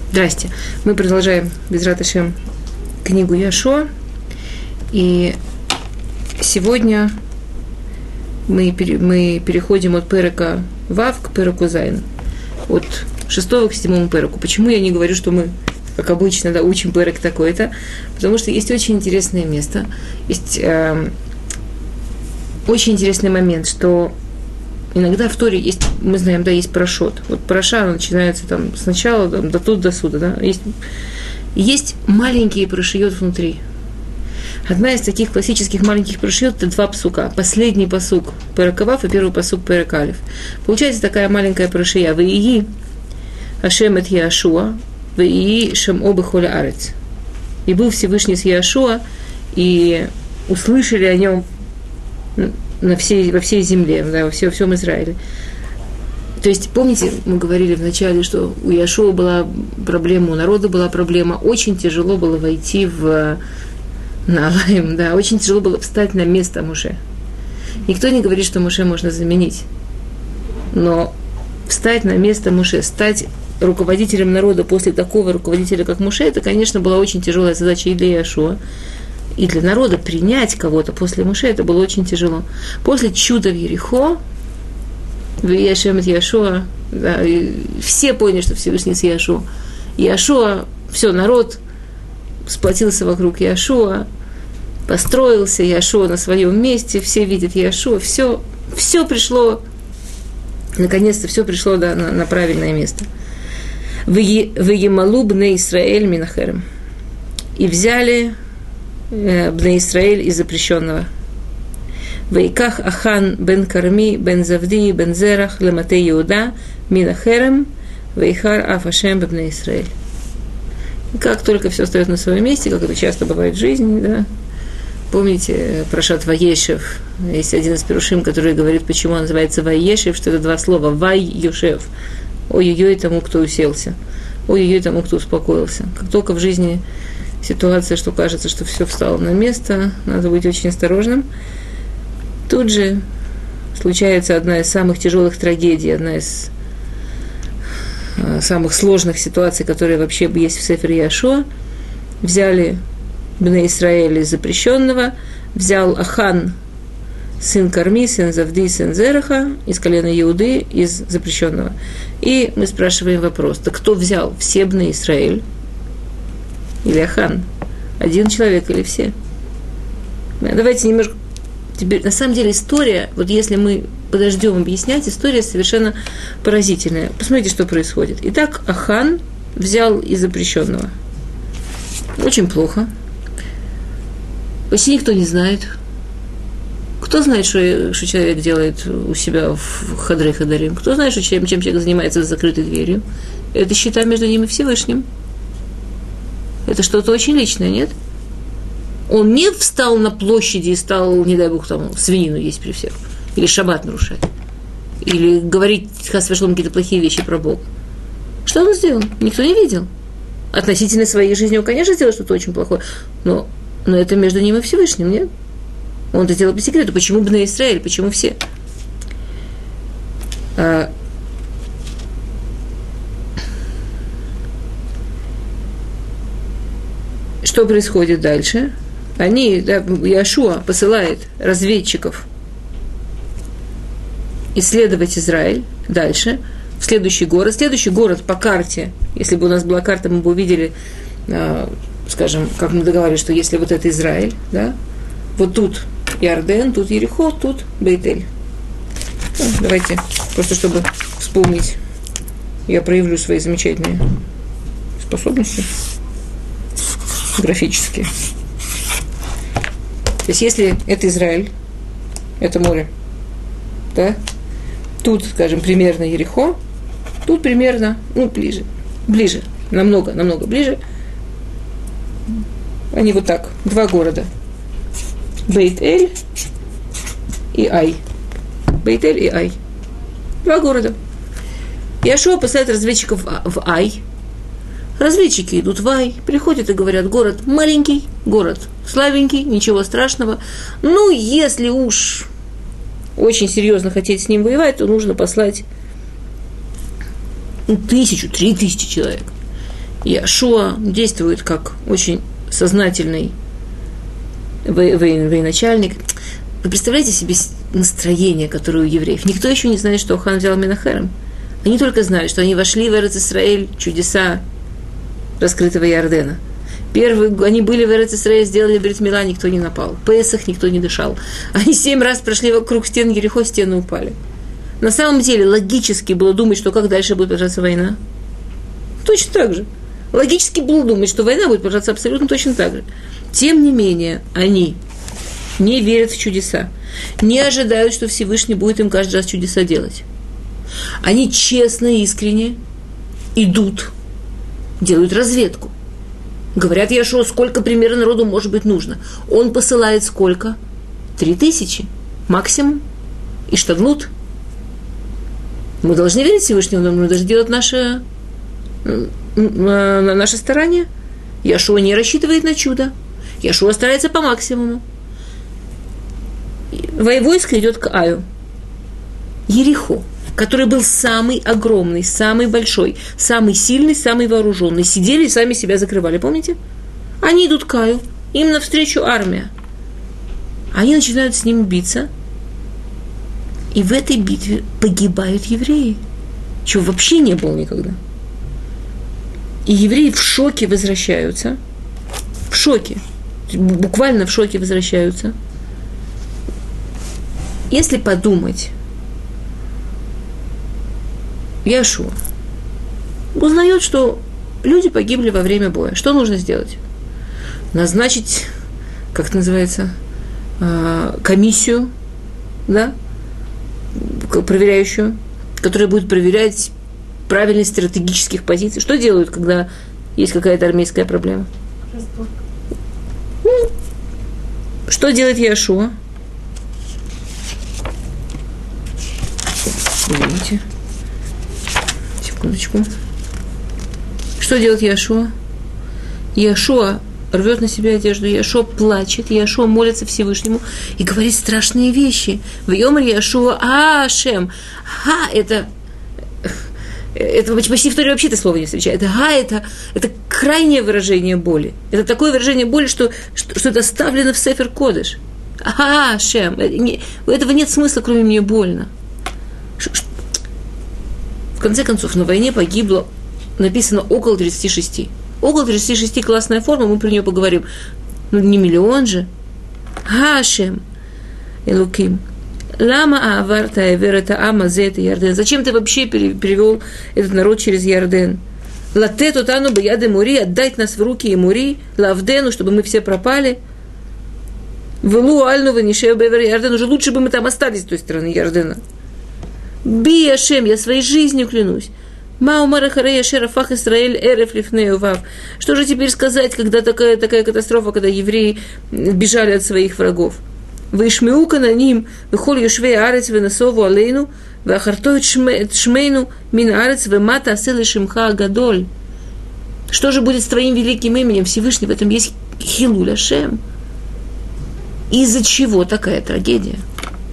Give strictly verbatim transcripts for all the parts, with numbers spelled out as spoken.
Здрасте. Мы продолжаем Безрат Ашем книгу Йошуа. И сегодня мы, пере, мы переходим от Перека Вав к Переку Зайн. От шестого к седьмому Переку. Почему я не говорю, что мы, как обычно, да, учим Перек такой-то? Потому что есть очень интересное место. Есть э, очень интересный момент, что иногда в Торе есть, мы знаем, да, есть парашот. Вот параша начинается там сначала, там, до тут, до сюда, да. Есть, есть маленькие парашиот внутри. Одна из таких классических маленьких парашиот – это два пасука. Последний пасук Перек Вав и первый пасук Перек Алеф. Получается такая маленькая парашия. Ваии Ашем эт Йошуа, ваии Шам'о бехоль арец. И был Всевышний с Йошуа, и услышали о нем на всей, во всей земле, да, во, все, во всем Израиле. То есть, помните, мы говорили вначале, что у Йошуа была проблема, у народа была проблема, очень тяжело было войти в Наалаим, да, очень тяжело было встать на место Моше. Никто не говорит, что Моше можно заменить, но встать на место Моше, стать руководителем народа после такого руководителя, как Моше, это, конечно, была очень тяжелая задача и для Йошуа, и для народа принять кого-то после Моше, это было очень тяжело. После чуда в Ерихо, в Йошуа эт Йошуа, да, все поняли, что Всевышний с Йошуа. Йошуа, все, народ сплотился вокруг Йошуа, построился Йошуа на своем месте, все видят Йошуа, все, все пришло, наконец-то все пришло, да, на, на правильное место. «Веемалу бней Исраэль минахерем». И взяли Бней Исраэль из запрещенного. «Вейках Ахан бен Карми бен Завди бен Зерах лемате Иуда минахерем вейхар аф Ашем бней Исраэль». И как только все встает на своем месте, как это часто бывает в жизни, да, помните, Парашат Ваешев, есть один из перушим, который говорит, почему он называется Ваешев, что это два слова, Вай-Йошев, ой-ой-ой тому, кто уселся, ой-ой-ой тому, кто успокоился. Как только в жизни ситуация, что кажется, что все встало на место, надо быть очень осторожным, тут же случается одна из самых тяжелых трагедий, одна из самых сложных ситуаций, которые вообще есть в Сефер Йошуа. Взяли Бней Исраэль из запрещенного, взял Ахан, сын Карми, сын Завди, сын Зераха, из колена Иуды, из запрещенного. И мы спрашиваем вопрос, так кто взял, все Бней Исраэль или Ахан? Один человек или все? Давайте немножко... Теперь, на самом деле история, вот если мы подождем объяснять, история совершенно поразительная. Посмотрите, что происходит. Итак, Ахан взял из запрещенного. Очень плохо. Почти никто не знает. Кто знает, что, что человек делает у себя в Хадрей Хадарим? Кто знает, что, чем, чем человек занимается за закрытой дверью? Это счета между ним и Всевышним. Это что-то очень личное, нет? Он не встал на площади и стал, не дай бог, там, свинину есть при всех. Или шаббат нарушать. Или говорить, хас вешлом, какие-то плохие вещи про Бога. Что он сделал? Никто не видел. Относительно своей жизни он, конечно, сделал что-то очень плохое. Но, но это между ним и Всевышним, нет? Он это сделал по секрету. Почему Бней Исраэль? Почему все? А... Что происходит дальше? Они, да, Йошуа посылает разведчиков исследовать Израиль дальше, в следующий город. Следующий город по карте, если бы у нас была карта, мы бы увидели, э, скажем, как мы договаривались, что если вот это Израиль, да, вот тут Иорден, тут Ерихо, тут Бейтель. Ну, давайте, просто чтобы вспомнить, я проявлю свои замечательные способности графические. То есть, если это Израиль, это море, да, тут, скажем, примерно Ерихо, тут примерно, ну, ближе, ближе, намного, намного ближе. Они вот так, два города. Бейт-Эль и Ай. Бейт-Эль и Ай. Два города. Йошуа посылает разведчиков в Ай. Разведчики идут в Ай, приходят и говорят, город маленький, город слабенький, ничего страшного. Ну, если уж очень серьезно хотеть с ним воевать, то нужно послать ну, тысячу, три тысячи человек. Яшуа действует как очень сознательный военачальник. Вы представляете себе настроение, которое у евреев? Никто еще не знает, что Хан взял Менахерем. Они только знали, что они вошли в Эрец-Исраэль, чудеса раскрытого Ярдена. Первые, они были в Эрец-Исраэль, сделали брит-мила, никто не напал. Песах никто не дышал. Они семь раз прошли вокруг стен Ерихо, стены упали. На самом деле, логически было думать, что как дальше будет продолжаться война. Точно так же. Логически было думать, что война будет продолжаться абсолютно точно так же. Тем не менее, они не верят в чудеса, не ожидают, что Всевышний будет им каждый раз чудеса делать. Они честно и искренне идут, делают разведку. Говорят Яшуа, сколько примерно народу может быть нужно. Он посылает сколько? Три тысячи максимум. И штадлут. Мы должны верить Всевышнему, мы должны делать наше, наше старание. Яшуа не рассчитывает на чудо. Яшуа старается по максимуму. Войско идет к Аю. Ерихо, который был самый огромный, самый большой, самый сильный, самый вооруженный. Сидели и сами себя закрывали, помните? Они идут к Аю, им навстречу армия. Они начинают с ним биться. И в этой битве погибают евреи. Чего вообще не было никогда. И евреи в шоке возвращаются. В шоке. Буквально в шоке возвращаются. Если подумать, Яшуа узнает, что люди погибли во время боя. Что нужно сделать? Назначить, как это называется, комиссию, да, проверяющую, которая будет проверять правильность стратегических позиций. Что делают, когда есть какая-то армейская проблема? Разборка. Ну, что делает Яшуа? Извините. Секундочку. Что делает Яшуа? Яшуа рвет на себя одежду, Яшуа плачет, Яшуа молится Всевышнему и говорит страшные вещи. В Йомар Яшуа Ашем. Ха, это... Это почти в Торе вообще это слово не встречает. Га – это, это крайнее выражение боли. Это такое выражение боли, что, что, что это вставлено в Сефер Кодеш. Ага, Шем. У этого нет смысла, кроме мне больно. В конце концов, на войне погибло, написано, около тридцати шести. Около тридцати шести классная форма, мы про нее поговорим. Ну, не миллион же. Га, Шем. Элуким. Лама аварта эверета ама зета Ярден. Зачем ты вообще перевел этот народ через Ярден? Лате тутану бияды мури, отдать нас в руки и мури, лавдену, чтобы мы все пропали. Велу альну ванишею бевер Ярден. Уже лучше бы мы там остались с той стороны Ярдена. Би Ашем, я своей жизнью клянусь. Маумара харея шерафах Исраэль эреф лифнею вав. Что же теперь сказать, когда такая, такая катастрофа, когда евреи бежали от своих врагов? וישמעו כנענים וכל יושבי הארץ ונסובו עלינו ואחרתו את שמנו מן הארץ ומה תעשה לשמך הגדול. Что же будет с твоим великим именем, Всевышний? В этом есть хилуль Ашем. Из-за чего такая трагедия?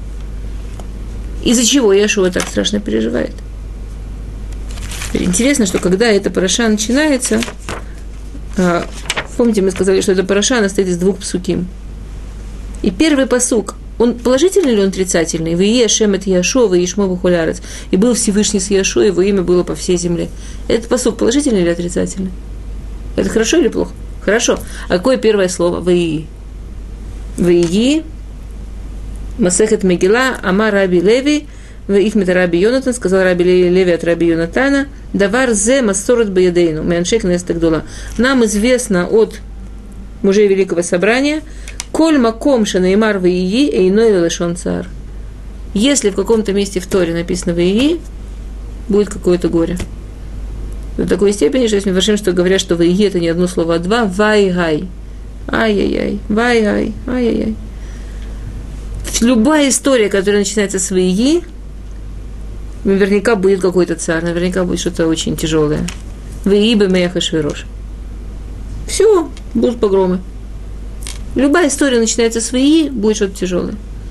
Из-за чего Яшуа так страшно переживает? Интересно, что когда эта параша начинается, помните, мы сказали, что эта параша, она состоит из двух псуким. И первый пасук, он положительный или он отрицательный? «Вие Ашем эт Яшуа, вие Ишмо бухулярец». И был Всевышний с Яшуа, его имя было по всей земле. Этот пасук положительный или отрицательный? Это хорошо или плохо? Хорошо. А какое первое слово? «Вии». «Вии». Масехет Мегила, Ама Раби Леви, Вифмета Раби Йонатан, сказал Раби Леви от Раби Йонатана, «Давар зе массорот баядейну, мяншек нестагдула». Нам известно от мужей Великого Собрания, «Коль маком шанеймар ваии, эйной лешон цар». Если в каком-то месте в Торе написано ваии, будет какое-то горе. До такой степени, что если мы вошим, что говорят, что ваии это не одно слово, а два, вай-гай. Ай-яй-яй, вай-гай, ай-яй-яй. Любая история, которая начинается с ваии, наверняка будет какой-то царь, наверняка будет что-то очень тяжелое. Ваии бэмеях и швирош. Все, будут погромы. Любая история начинается с ваии, будет что-то тяжелое.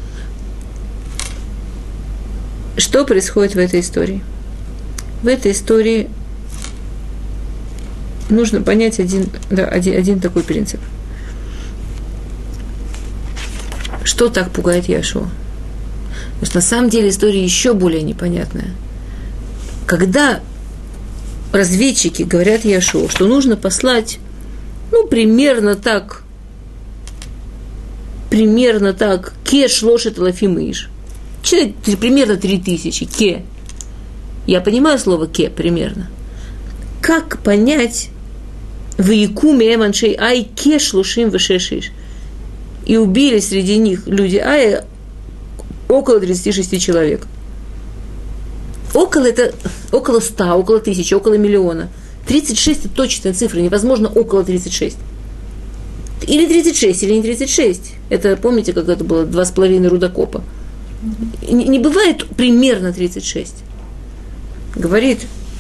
Что происходит в этой истории? В этой истории нужно понять один, да, один, один такой принцип. Что так пугает Яшуа? Потому что на самом деле история еще более непонятная. Когда разведчики говорят Яшуа, что нужно послать, ну, примерно так, примерно так, ке шлошет лафим иш, примерно три тысячи, ке. Я понимаю слово ке, примерно. Как понять, ваикуме эманшей ай ке шлушим вешешиш, и убили среди них люди Ая около тридцати шести человек. Около это около ста, около тысячи, около миллиона. тридцать шесть это точная цифра, невозможно около тридцать шесть. Или тридцать шесть, или не тридцать шесть. Это, помните, как это было, два с половиной рудокопа. Не, не бывает примерно тридцать шесть. Говорит,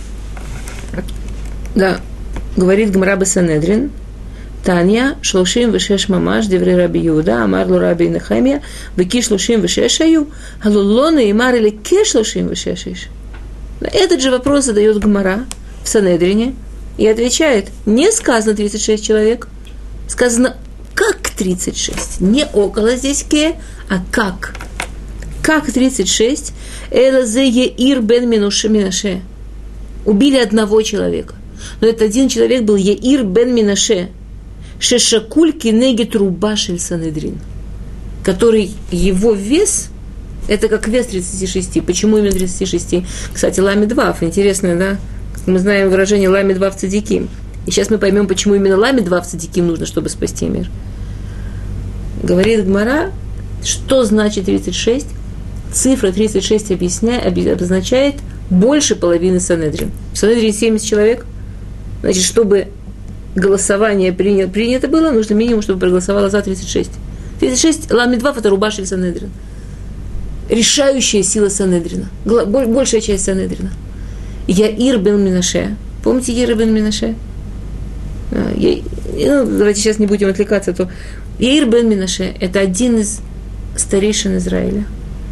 да, говорит Гмара бе-Санедрин, Таня, шлошим вешеш мамаш, деврей раби Юда, амарлу раби Нехемия, веки шлошим вешеш аю, алулона и марили ке шлошим вешеш иш. Этот же вопрос задает Гмара в Санедрине и отвечает, не сказано тридцать шесть человек, сказано как тридцать шесть, не около здесь ке, а как. Как тридцать шесть? Элазе Еир бен Минаше. Убили одного человека. Но этот один человек был Еир бен Минаше. Шешакуль кинегет рубашель Санедрин. Который его вес, это как вес тридцати шести. Почему именно тридцати шести? Кстати, ламид вав. Интересно, да? Мы знаем выражение ламид вав цадиким. И сейчас мы поймем, почему именно ламид вав цадиким нужно, чтобы спасти мир. Говорит Гмара, что значит тридцать шесть? Цифра тридцать шесть объясняет, обозначает больше половины Санедрин. В Санедрине семьдесят человек. Значит, чтобы голосование принято, принято было, нужно минимум, чтобы проголосовало за тридцать шесть. тридцать шесть ламид вав это рубашель Санедрин. Решающая сила Санедрина. Большая часть Санедрина. Яир бен Минаше. Помните Яир бен Минаше? А, я, ну, давайте сейчас не будем отвлекаться. То Яир бен Минаше это один из старейшин Израиля.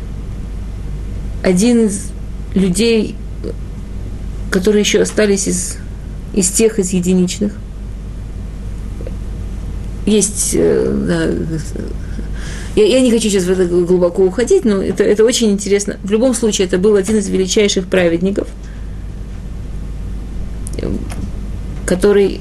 Один из людей, которые еще остались из, из тех, из единичных. Есть, да, я, я не хочу сейчас в это глубоко уходить, но это, это очень интересно. В любом случае, это был один из величайших праведников, который...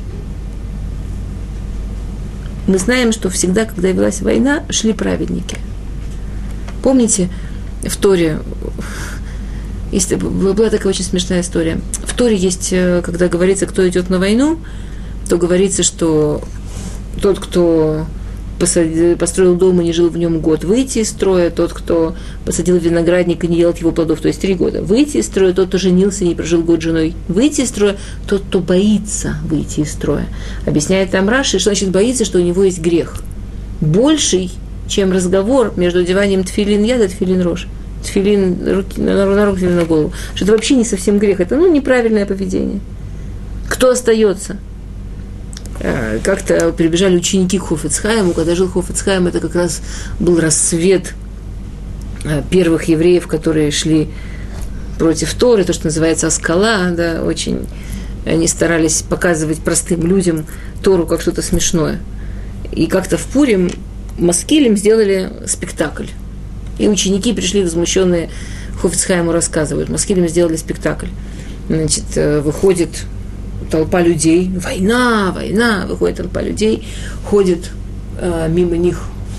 Мы знаем, что всегда, когда велась война, шли праведники. Помните, в Торе, есть, была такая очень смешная история. В Торе есть, когда говорится, кто идет на войну, то говорится, что тот, кто посадил, построил дом и не жил в нем год, выйти из строя, тот, кто посадил виноградник и не ел от его плодов, то есть три года, выйти из строя, тот, кто женился и не прожил год с женой, выйти из строя, тот, кто боится выйти из строя. Объясняет там Раши, что значит боится, что у него есть грех. Больший, чем разговор между одеванием тфилин яд и тфилин рож. Тфилин руки, на, на руки или на голову. Что это вообще не совсем грех, это ну, неправильное поведение. Кто остается? Как-то прибежали ученики к Хофец Хаиму, когда жил Хофец Хаим, это как раз был рассвет первых евреев, которые шли против Торы, то, что называется Аскала, да, очень они старались показывать простым людям Тору как что-то смешное. И как-то в Пурим Маскилим сделали спектакль. И ученики пришли возмущенные, Хофец Хаиму рассказывают, Маскилим сделали спектакль. Значит, выходит толпа людей, война, война, выходит толпа людей, ходит э, мимо них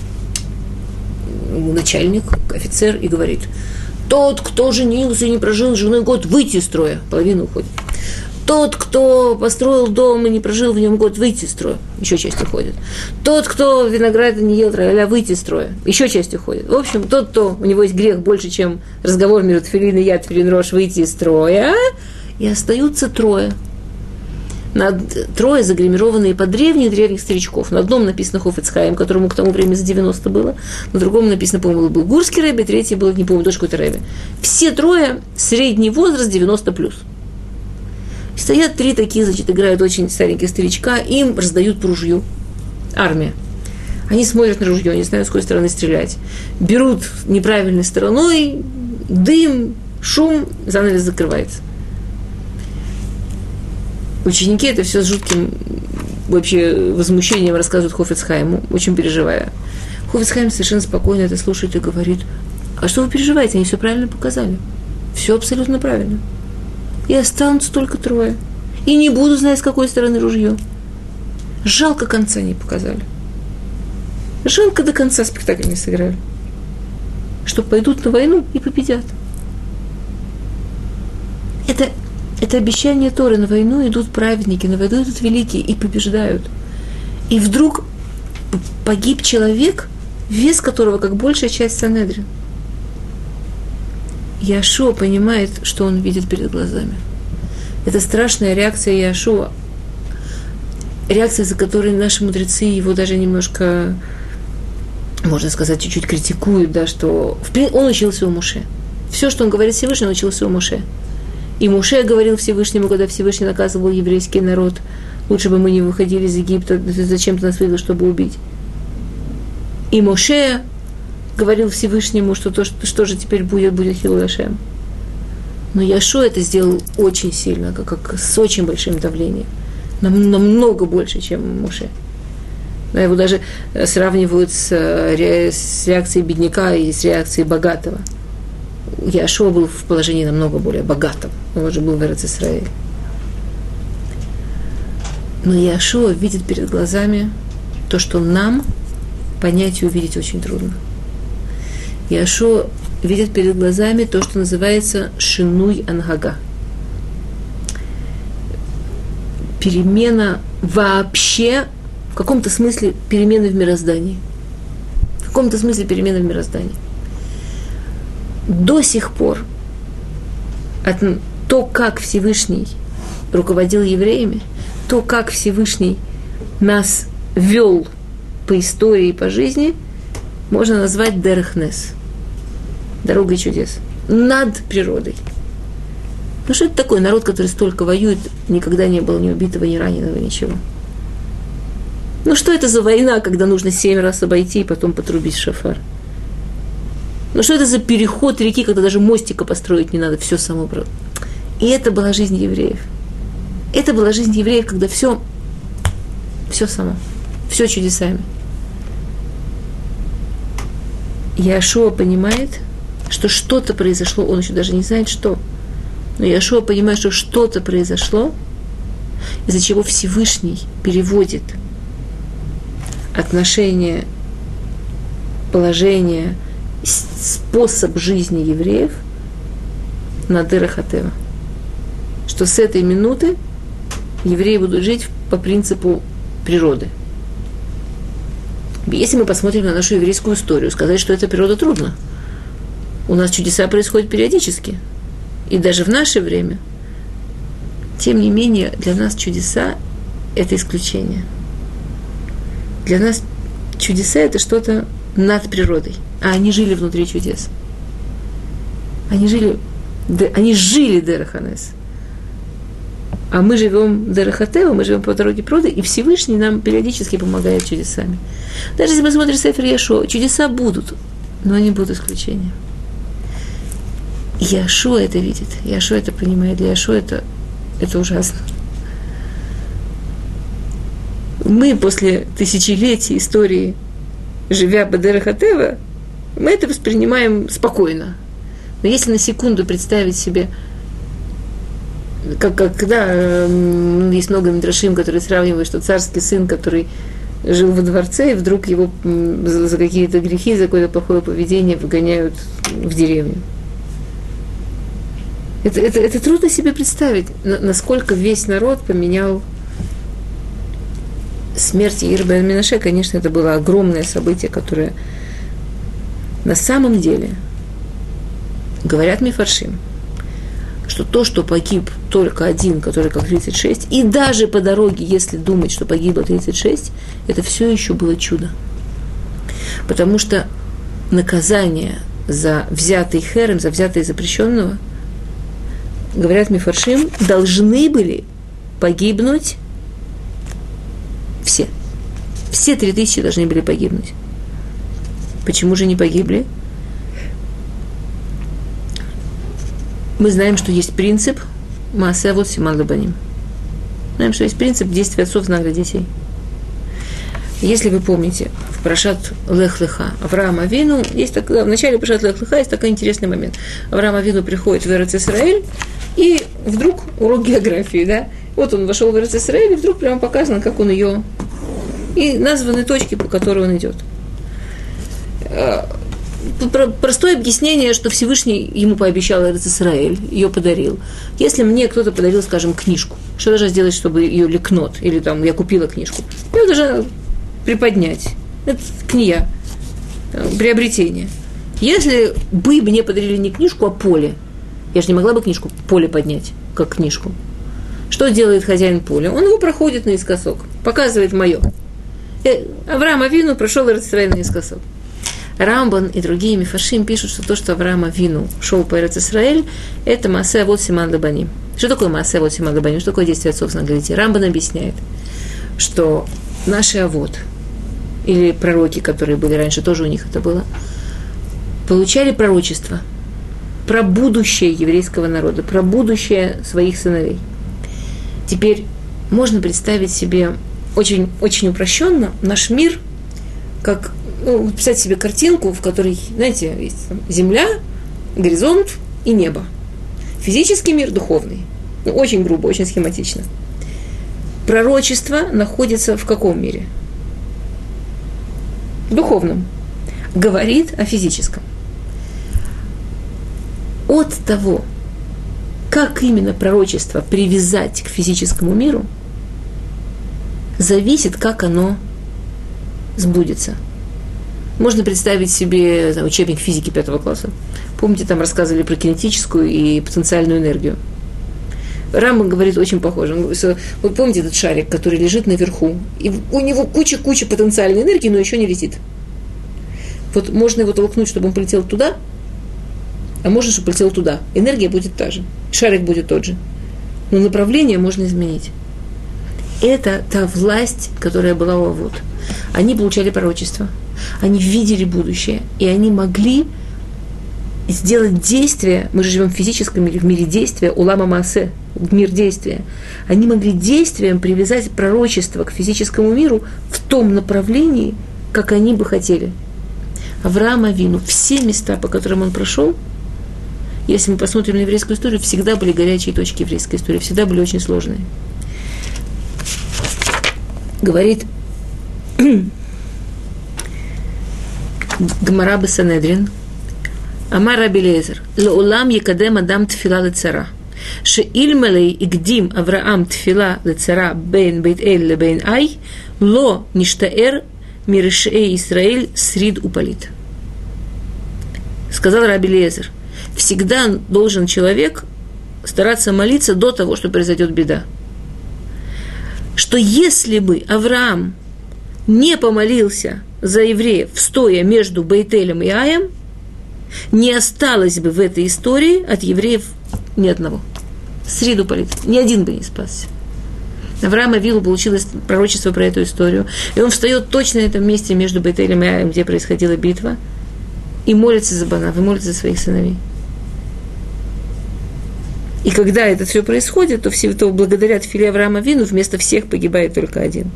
начальник, офицер и говорит, тот, кто женился и не прожил с женой год, выйти из строя, половина уходит. Тот, кто построил дом и не прожил в нем год, выйти из строя, еще часть уходит. Тот, кто винограда не ел, тра-ля-ля, выйти из строя, еще часть уходит. В общем, тот, кто, у него есть грех больше, чем разговор между тфилин и яд, тфилин рож, выйти из строя, и остаются трое. Над, трое загримированные под древних-древних старичков. На одном написано Хофец Хаим, которому к тому времени за девяносто было. На другом написано, по-моему, был Гурский рэбби, третий был, не помню, тоже какой-то рэбби. Все трое средний возраст девяносто плюс. И стоят три такие, значит, играют очень старенькие старичка, им раздают по ружью. Армия. Они смотрят на ружье, не знают, с какой стороны стрелять. Берут неправильной стороной, дым, шум, занавес закрывается. Ученики это все с жутким вообще возмущением рассказывают Хофец Хаиму, очень переживая. Хофец Хаим совершенно спокойно это слушает и говорит: а что вы переживаете, они все правильно показали. Все абсолютно правильно. И останутся только трое. И не буду знать, с какой стороны ружье. Жалко, конца не показали. Жалко, до конца спектакль не сыграли. Что пойдут на войну и победят. Это, это обещание Торы. На войну идут праведники, на войну идут великие и побеждают. И вдруг погиб человек, вес которого как большая часть Санедрин. Яшуа понимает, что он видит перед глазами. Это страшная реакция Яшуа. Реакция, за которой наши мудрецы его даже немножко, можно сказать, чуть-чуть критикуют, да, что он учился у Моше. Все, что он говорит Всевышнему, он учился у Моше. И Моше говорил Всевышнему, когда Всевышний наказывал еврейский народ: лучше бы мы не выходили из Египта, зачем ты нас вывел, чтобы убить. И Моше говорил Всевышнему, что то, что, что же теперь будет, будет Хилуй Ашем. Но Яшуа это сделал очень сильно, как, как с очень большим давлением. Нам, намного больше, чем Моше. Да, его даже сравнивают с, с реакцией бедняка и с реакцией богатого. Яшуа был в положении намного более богатого. Он уже был в Эрец-Исраэле. Но Яшуа видит перед глазами то, что нам понять и увидеть очень трудно. Яшуа видит перед глазами то, что называется шинуй ангага. Перемена вообще, в каком-то смысле перемены в мироздании. В каком-то смысле перемены в мироздании. До сих пор от, то, как Всевышний руководил евреями, то, как Всевышний нас вел по истории и по жизни, можно назвать Дерех Нес, дорогой чудес, над природой. Ну что это такое? Народ, который столько воюет, никогда не было ни убитого, ни раненого, ничего. Ну что это за война, когда нужно семь раз обойти и потом потрубить шафар? Ну что это за переход реки, когда даже мостика построить не надо, все само правда. И это была жизнь евреев. Это была жизнь евреев, когда все, все само, все чудесами. Яшуа понимает, что что-то произошло, он еще даже не знает, что. Но Яшуа понимает, что что-то произошло, из-за чего Всевышний переводит отношение, положение, способ жизни евреев на Дерех ха-Тева. Что с этой минуты евреи будут жить по принципу природы. Если мы посмотрим на нашу еврейскую историю, сказать, что это природа, трудно. У нас чудеса происходят периодически. И даже в наше время. Тем не менее, для нас чудеса – это исключение. Для нас чудеса – это что-то над природой. А они жили внутри чудес. Они жили, они жили Дерех ха-Нес. А мы живем Дерех ха-Тева, мы живем по дороге природы, и Всевышний нам периодически помогает чудесами. Даже если мы смотрим Сефер Яшуа, чудеса будут, но они будут исключением. Яшуа это видит, Яшуа это понимает, для Яшуа это, это ужасно. Мы после тысячелетий истории, живя по Дерех ха-Тева, мы это воспринимаем спокойно. Но если на секунду представить себе, как, как да, э, есть много мидрашим, которые сравнивают, что царский сын, который жил во дворце, и вдруг его за, за какие-то грехи, за какое-то плохое поведение выгоняют в деревню. Это, это, это трудно себе представить, насколько весь народ поменял смерть Яир бен Менаше. Конечно, это было огромное событие, которое на самом деле, говорят мифаршим, что то, что погиб только один, который как тридцать шесть, и даже по дороге, если думать, что погибло тридцать шесть, это все еще было чудо. Потому что наказание за взятый херем, за взятый запрещенного, говорят мифаршим, должны были погибнуть все. Все три тысячи должны были погибнуть. Почему же не погибли? Мы знаем, что есть принцип Маасе авот симан лебаним. Знаем, что есть принцип действия отцов в знак для детей. Если вы помните, в Парашат Лех Леха Авраам Авину, есть так, в начале Парашат Лех Леха есть такой интересный момент. Авраам Авину приходит в Эрец Исраэль, и вдруг урок географии, да? Вот он вошел в Эрец Исраэль, и вдруг прямо показано, как он ее... И названы точки, по которым он идет. Простое объяснение, что Всевышний ему пообещал Эрец Исраэль, ее подарил. Если мне кто-то подарил, скажем, книжку, что должна сделать, чтобы ее лекнот, или там я купила книжку, я должна приподнять. Это кния, приобретение. Если бы мне подарили не книжку, а поле, я же не могла бы книжку поле поднять, как книжку. Что делает хозяин поля? Он его проходит наискосок, показывает мое. Авраам Авину прошел Эрец Исраэль наискосок. Рамбан и другие мифашим пишут, что то, что Авраам Авину шел по Эрец Исраэль, это Маасе Авот Симан Лабаним. Что такое Маасе Авот Симан Лабаним? Что такое действие отцов в знак для детей? Рамбан объясняет, что наши авот, или пророки, которые были раньше, тоже у них это было, получали пророчество про будущее еврейского народа, про будущее своих сыновей. Теперь можно представить себе очень, очень упрощенно наш мир, как, ну, представьте себе картинку, в которой, знаете, есть там земля, горизонт и небо. Физический мир, духовный. Ну, очень грубо, очень схематично. Пророчество находится в каком мире? В духовном. Говорит о физическом. От того, как именно пророчество привязать к физическому миру, зависит, как оно сбудется. Можно представить себе там, учебник физики пятого класса. Помните, там рассказывали про кинетическую и потенциальную энергию. Рамбан говорит очень похоже. Вот помните этот шарик, который лежит наверху, и у него куча-куча потенциальной энергии, но еще не летит. Вот можно его толкнуть, чтобы он полетел туда, а можно, чтобы полетел туда. Энергия будет та же, шарик будет тот же. Но направление можно изменить. Это та власть, которая была у Авот. Они получали пророчество, они видели будущее, и они могли сделать действие, мы же живем в физическом мире, в мире действия, улама маасе, мир действия. Они могли действием привязать пророчество к физическому миру в том направлении, как они бы хотели. Авраам Авину, все места, по которым он прошел, если мы посмотрим на еврейскую историю, всегда были горячие точки еврейской истории, всегда были очень сложные. Говорит Гмара бе-Санедрин, Амар Раби Элиэзер, леулам якадем адам тфила лецара, שאילמלי הקדים אברהם תפילה לצרה בין בית אל לבין אי, לא נשתער מרשעי ישראל שריד упалит. Сказал Раби Элиэзер, всегда должен человек стараться молиться до того, что произойдет беда. Что если бы Авраам не помолился за евреев, стоя между Бейтелем и Аем, не осталось бы в этой истории от евреев ни одного. Срид упалит. Ни один бы не спасся. Авраам Авину получил пророчество про эту историю, и он встает точно на этом месте между Бейтелем и Аем, где происходила битва, и молится за Банав, и молится за своих сыновей. И когда это все происходит, то, все, то благодаря тфиле Авраама Авину вместо всех погибает только один.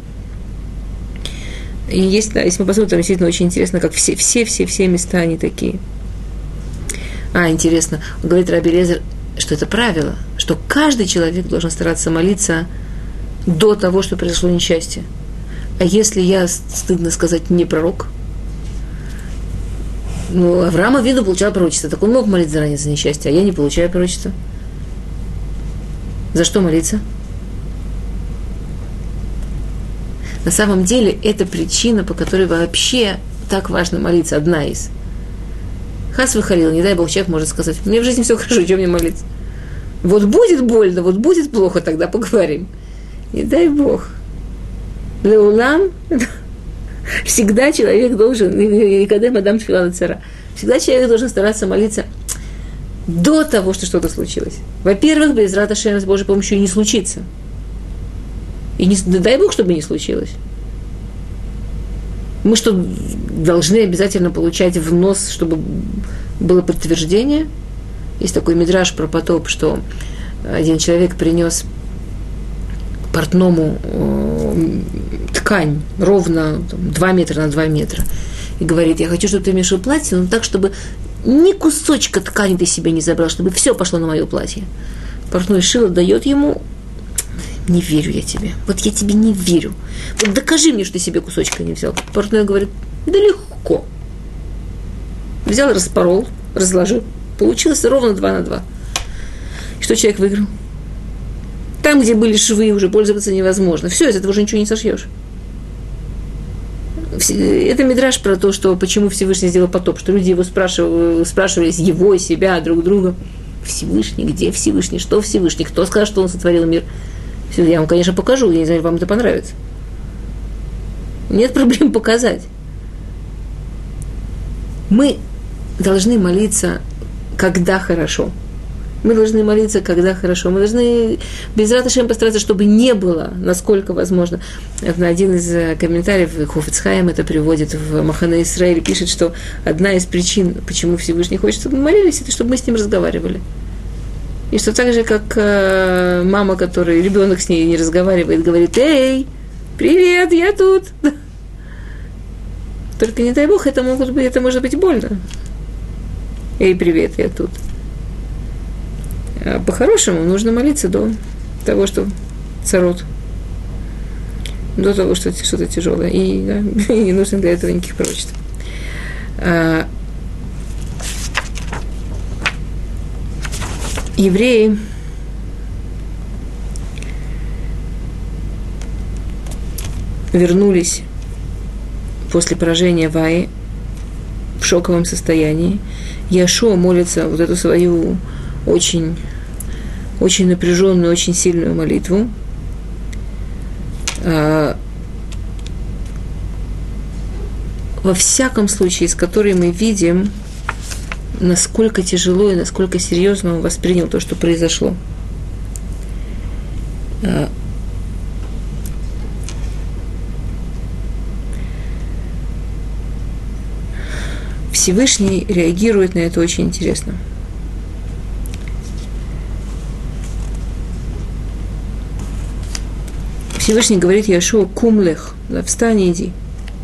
И есть, да, если мы посмотрим, действительно очень интересно, как все, все, все, все места они такие. А, интересно, говорит Раби Элиэзер, что это правило, что каждый человек должен стараться молиться до того, что произошло несчастье. А если я, стыдно сказать, не пророк, ну, Авраам Авину получал пророчество, так он мог молиться заранее за несчастье, а я не получаю пророчество. За что молиться? На самом деле, это причина, по которой вообще так важно молиться, одна из. Хас выхалил, не дай Бог, человек может сказать, мне в жизни все хорошо, чем мне молиться? Вот будет больно, вот будет плохо, тогда поговорим. Не дай Бог. Леулам, всегда человек должен, и когда мадам тфила лецара, всегда человек должен стараться молиться до того, что что-то случилось. Во-первых, без рата Шем с Божьей помощью и не случится. И не, да дай Бог, чтобы не случилось. Мы что, должны обязательно получать в нос, чтобы было подтверждение? Есть такой мидраш про потоп, что один человек принес портному э, ткань ровно там, два метра на два метра. И говорит, я хочу, чтобы ты мне шил платье, но так, чтобы ни кусочка ткани ты себе не забрал, чтобы все пошло на мое платье. Портной шил, дает ему, не верю я тебе, вот я тебе не верю. Вот докажи мне, что ты себе кусочка не взял. Портной говорит, да легко. Взял, распорол, разложил. Получилось ровно два на два. Что человек выиграл? Там, где были швы, уже пользоваться невозможно. Все, из этого уже ничего не сошьешь. Это мидраш про то, что почему Всевышний сделал потоп, что люди его спрашивали, спрашивались его, себя, друг друга. Всевышний, где Всевышний, что Всевышний, кто сказал, что он сотворил мир? Все, я вам, конечно, покажу, я не знаю, вам это понравится. Нет проблем показать. Мы должны молиться, когда хорошо. Мы должны молиться, когда хорошо. Мы должны без раташем постараться, чтобы не было, насколько возможно. Один из комментариев, Хофец Хаим это приводит в Махане Исраэль, пишет, что одна из причин, почему Всевышний хочет, чтобы мы молились, это чтобы мы с ним разговаривали. И что так же, как мама, которая, ребенок с ней не разговаривает, говорит, эй, привет, я тут. Только не дай Бог, это, могут быть, это может быть больно. Эй, привет, я тут. А по-хорошему нужно молиться до того, что царот, до того, что что-то тяжелое. И, да, и не нужно для этого никаких пророчеств. А, евреи вернулись после поражения Ваи в шоковом состоянии. Яшуа молится вот эту свою очень, очень напряженную, очень сильную молитву. А, во всяком случае, с которой мы видим, насколько тяжело и насколько серьезно он воспринял то, что произошло. А, Всевышний реагирует на это очень интересно. Всевышний говорит Яшуа, кум лех, да, встань и иди.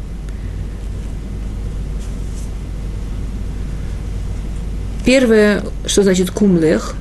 Первое, что значит кум лех,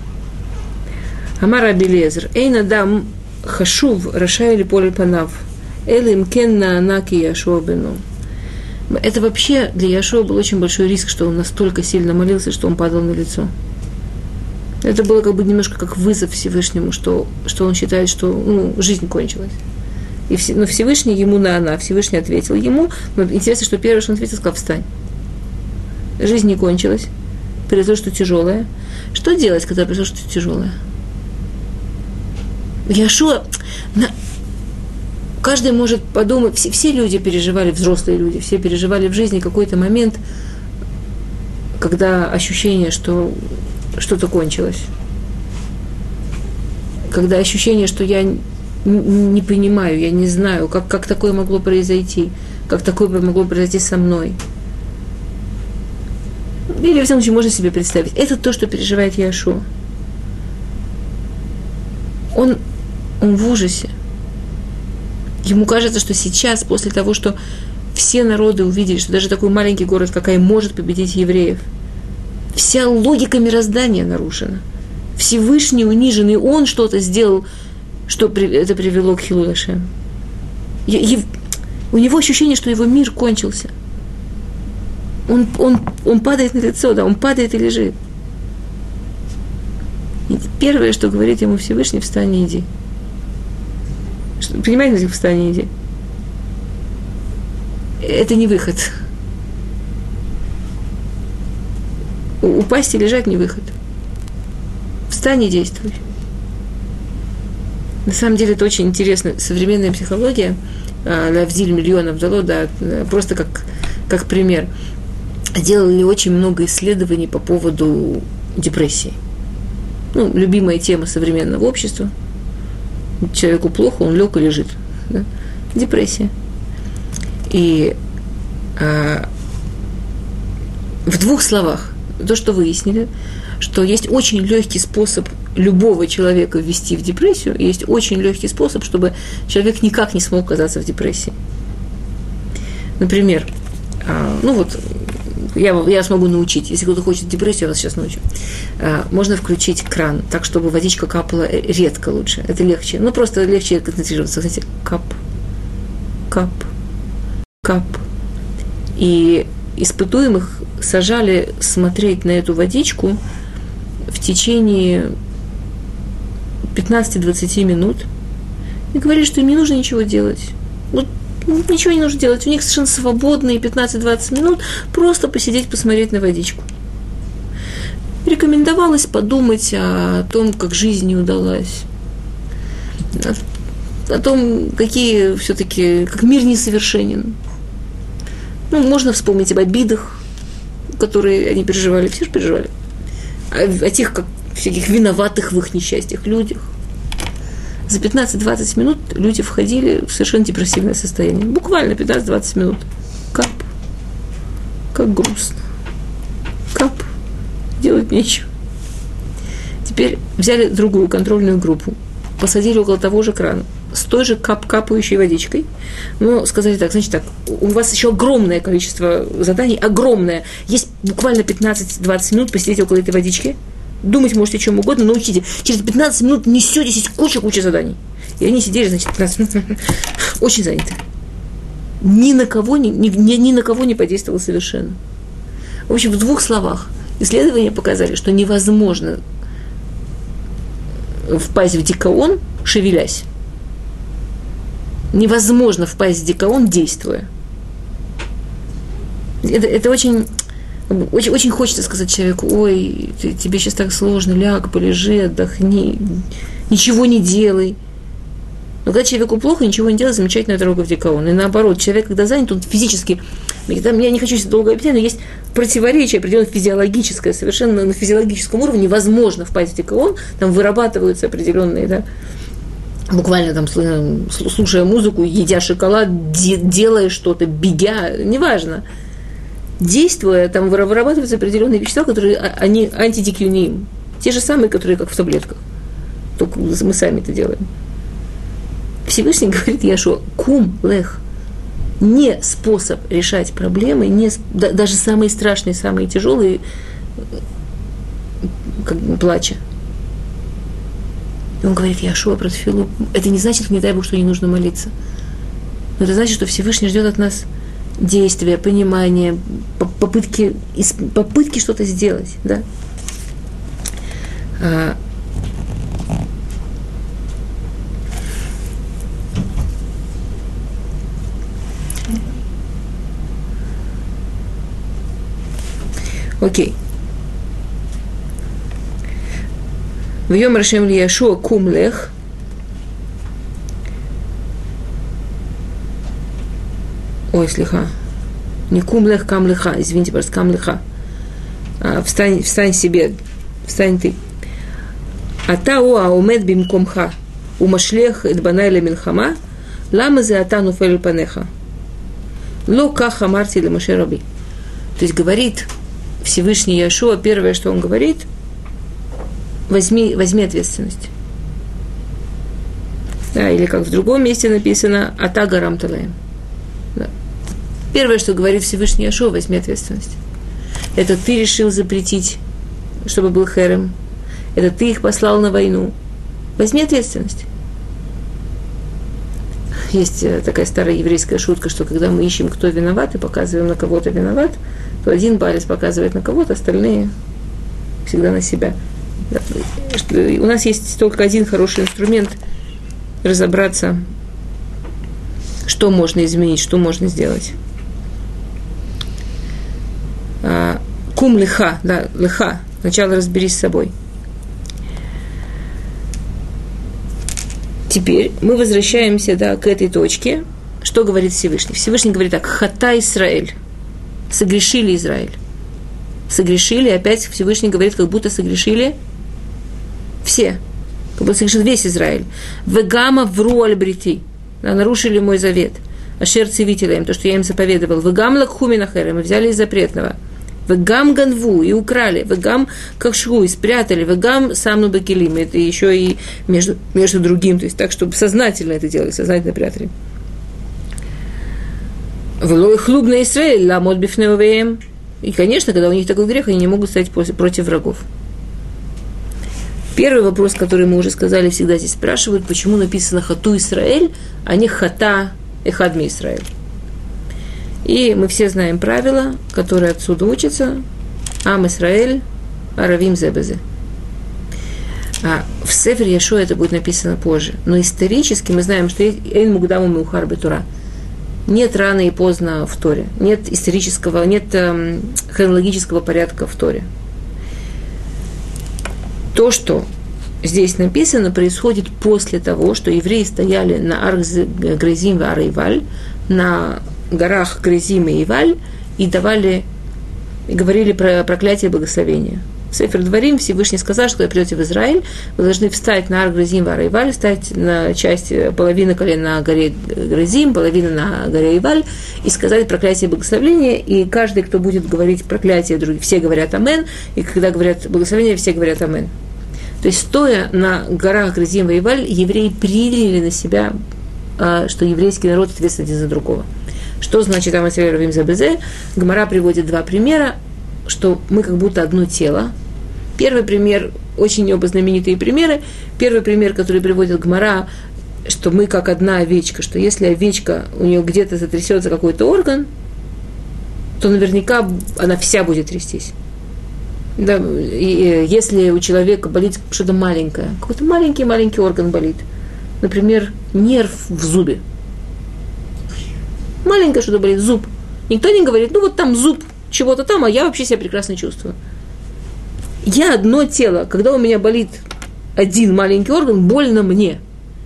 Амар Раби Элиэзер, эйн адам хашув рашай липол панав, элим кен наанаки Яшуа бену. Это вообще для Яшуа был очень большой риск, что он настолько сильно молился, что он падал на лицо. Это было как бы немножко как вызов Всевышнему, что, что он считает, что ну, жизнь кончилась. И все, но Всевышний ему на она, Всевышний ответил ему. Но интересно, что первое, что он ответил, сказал, встань. Жизнь не кончилась. Произошло что тяжелое. Что делать, когда произошло что тяжелое? Яшуа... На... Каждый может подумать, все, все люди переживали, взрослые люди, все переживали в жизни какой-то момент, когда ощущение, что что-то кончилось. Когда ощущение, что я не понимаю, я не знаю, как, как такое могло произойти, как такое могло произойти со мной. Или, во всяком случае, можно себе представить. Это то, что переживает Яшуа. Он, он в ужасе. Ему кажется, что сейчас, после того, что все народы увидели, что даже такой маленький город, как Ай, может победить евреев, вся логика мироздания нарушена. Всевышний униженный, он что-то сделал, что это привело к Хилуль Ашем. У него ощущение, что его мир кончился. Он, он, он падает на лицо, да, он падает и лежит. И первое, что говорит ему Всевышний, встань и иди. Понимаете, встань и иди. Это не выход. Упасть и лежать не выход. Встань и действуй. На самом деле это очень интересно. Современная психология, Лавдиль миллионов дало, да, просто как, как пример. Делали очень много исследований по поводу депрессии. Ну, любимая тема современного общества. Человеку плохо, он лег и лежит. Да? Депрессия. И а, в двух словах, то, что выяснили, что есть очень легкий способ любого человека ввести в депрессию, есть очень легкий способ, чтобы человек никак не смог оказаться в депрессии. Например, ну вот, я, я смогу научить, если кто-то хочет депрессию, я вас сейчас научу. Можно включить кран так, чтобы водичка капала редко лучше, это легче, ну просто легче концентрироваться, знаете, кап, кап, кап. И испытуемых сажали смотреть на эту водичку в течение пятнадцать-двадцать минут и говорили, что им не нужно ничего делать. Вот ничего не нужно делать. У них совершенно свободные пятнадцать-двадцать минут просто посидеть, посмотреть на водичку. Рекомендовалось подумать о том, как жизнь не удалась, о том, какие все-таки, как мир несовершенен. Ну, можно вспомнить об обидах, которые они переживали, все же переживали, о, о тех, как всяких виноватых в их несчастьях людях. За пятнадцать-двадцать минут люди входили в совершенно депрессивное состояние. Буквально пятнадцать-двадцать минут. Кап. Как грустно. Кап. Делать нечего. Теперь взяли другую контрольную группу, посадили около того же крана, с той же кап капающей водичкой, но сказали так, значит так, у вас еще огромное количество заданий, огромное, есть буквально пятнадцать-двадцать минут посидеть около этой водички, думать можете о чем угодно, но учите, через пятнадцать минут несетесь, есть куча-куча заданий. И они сидели, значит, пятнадцать минут, очень заняты. Ни на кого, ни, ни, ни на кого не подействовало совершенно. В общем, в двух словах, исследования показали, что невозможно впасть в дикаон, шевелясь. Невозможно впасть в дикаон, действуя. Это, это очень, очень, очень хочется сказать человеку, ой, ты, тебе сейчас так сложно, ляг, полежи, отдохни, ничего не делай. Но когда человеку плохо, ничего не делать, замечательная дорога в дикаон. И наоборот, человек, когда занят, он физически, там, я не хочу сейчас долго объяснять, но есть противоречие определенное физиологическое, совершенно на физиологическом уровне невозможно впасть в дикаон, там вырабатываются определенные, да, буквально там, слушая музыку, едя шоколад, де, делая что-то, бегя, неважно, действуя, там вырабатываются определенные вещества, которые, они антидикюним, те же самые, которые как в таблетках, только мы сами это делаем. Всевышний говорит Яшуа, кум лех, не способ решать проблемы, не, да, даже самые страшные, самые тяжелые, как плача. И он говорит, Яшуа про тфилу, это не значит, не дай Бог, что не нужно молиться. Но это значит, что Всевышний ждет от нас действия, понимания, попытки, попытки что-то сделать, да. А, Окей. В Йом Рашем ли Яшуа кум лех. Ой, слиха. Не кум лех, кам леха. Извините, просто кам леха. А, встань, встань себе. Встань ты. Ата уа умед бимкомха. Умашлех эдбанай ле милхама. Лама зе ата нуфель панеха. Ло каха марти ле Моше раби. То есть говорит Всевышний Яшуа, первое, что он говорит, возьми, возьми ответственность. Да, или как в другом месте написано, ата гарам талаем. Да. Первое, что говорит Всевышний Яшуа, возьми ответственность. Это ты решил запретить, чтобы был херем. Это ты их послал на войну. Возьми ответственность. Есть такая старая еврейская шутка, что когда мы ищем, кто виноват, и показываем на кого-то виноват, то один палец показывает на кого-то, остальные всегда на себя. У нас есть только один хороший инструмент разобраться, что можно изменить, что можно сделать. Кум леха, да, леха. Сначала разберись с собой. Теперь мы возвращаемся, да, к этой точке. Что говорит Всевышний? Всевышний говорит так: хата Исраэль. Согрешили Израиль. Согрешили, опять Всевышний говорит, как будто согрешили все. Как будто согрешил весь Израиль. Вегама вру аль брити. Нарушили мой завет. Ашер цивителя им, то, что я им заповедовал. Вегам лакху минахерем. Мы взяли из запретного. Вегам ганву, и украли, вегам кашру, и спрятали, вегам самну бакелим, это еще и между, между другим, то есть так, чтобы сознательно это делали, сознательно прятали. Влой хлуб на Исраэль, ламот бифнеувеем. И, конечно, когда у них такой грех, они не могут стоять против врагов. Первый вопрос, который мы уже сказали, всегда здесь спрашивают, почему написано хату Исраэль, а не хата эхадми Исраэль. И мы все знаем правила, которые отсюда учатся. Ам Исраэль, аравим зебезе. А в Сефер Яшуа это будет написано позже. Но исторически мы знаем, что эйн мугдаму меухар бетура. Нет рано и поздно в Торе. Нет исторического, нет эм, хронологического порядка в Торе. То, что здесь написано, происходит после того, что евреи стояли на Ар-Гризим и Ар-Иваль, на горах Гризим и Иваль, и давали, и говорили про проклятие и благословение. В Сефер Дворим Всевышний сказал, что когда придете в Израиль, вы должны встать на Ар-Гризим и Ар-Иваль, встать на часть, половину колен на горе Гризим, половину на горе Иваль, и сказать проклятие и благословение, и каждый, кто будет говорить проклятие, все говорят амен, и когда говорят благословение, все говорят амен. То есть, стоя на горах Гризим и Иваль, евреи приняли на себя, что еврейский народ ответственен один за другого. Что значит Ам Исраэль аравим зебезе? Гемара приводит два примера, что мы как будто одно тело. Первый пример, очень оба знаменитые примеры. Первый пример, который приводит Гемара, что мы как одна овечка, что если овечка, у нее где-то затрясется какой-то орган, то наверняка она вся будет трястись. Да, и если у человека болит что-то маленькое, какой-то маленький-маленький орган болит, например, нерв в зубе. Маленькое что-то болит, зуб. Никто не говорит, ну вот там зуб чего-то там, а я вообще себя прекрасно чувствую. Я одно тело, когда у меня болит один маленький орган, больно мне.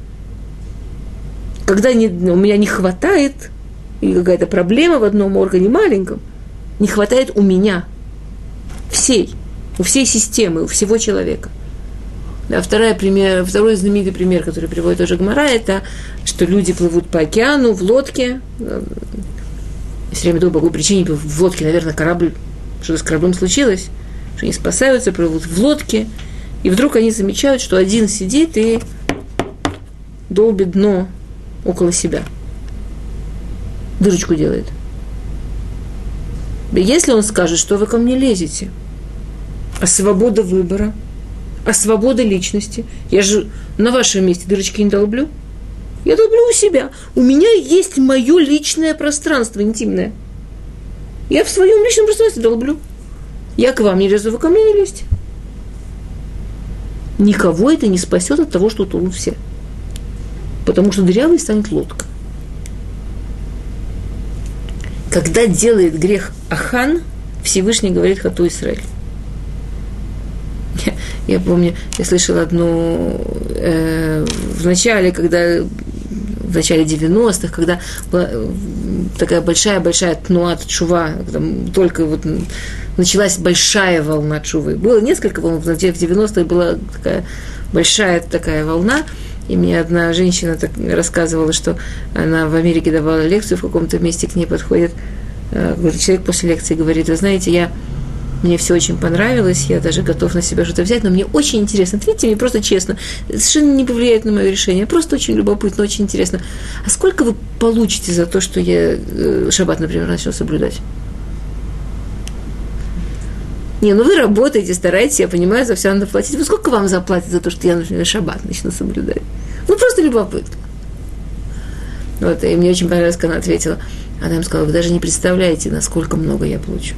Когда не, у меня не хватает, или какая-то проблема в одном органе маленьком, не хватает у меня, всей, у всей системы, у всего человека. Да, второй, пример, второй знаменитый пример, который приводит тоже Гемара, это что люди плывут по океану в лодке. Я все время думаю, по какой причине в лодке, наверное, корабль, что-то с кораблем случилось, что они спасаются, плывут в лодке, и вдруг они замечают, что один сидит и долбит дно около себя. Дырочку делает. Если он скажет, что вы ко мне лезете, а свобода выбора, а свобода личности, я же на вашем месте дырочки не долблю. Я долблю у себя. У меня есть мое личное пространство интимное. Я в своем личном пространстве долблю. Я к вам не лезу, вы ко мне не лезьте. Никого это не спасет от того, что утонут все. Потому что дырявой станет лодка. Когда делает грех Ахан, Всевышний говорит хату Исраэль. Я, я помню, я слышала одну э, в начале, когда в начале девяностых, когда была такая большая-большая тнуат тшува, только вот началась большая волна тшувы. Было несколько волн, в девяностых была такая большая такая волна, и мне одна женщина так рассказывала, что она в Америке давала лекцию, в каком-то месте к ней подходит какой-то человек после лекции и говорит: вы знаете, я, мне все очень понравилось, я даже готов на себя что-то взять, но мне очень интересно, ответьте мне просто честно, совершенно не повлияет на мое решение, просто очень любопытно, очень интересно. А сколько вы получите за то, что я шаббат, например, начну соблюдать? Не, ну вы работаете, стараетесь, я понимаю, за все надо платить. Вы сколько вам заплатят за то, что я, например, шаббат начну соблюдать? Ну, просто любопытно. Вот, и мне очень понравилось, когда она ответила. Она им сказала: вы даже не представляете, насколько много я получу.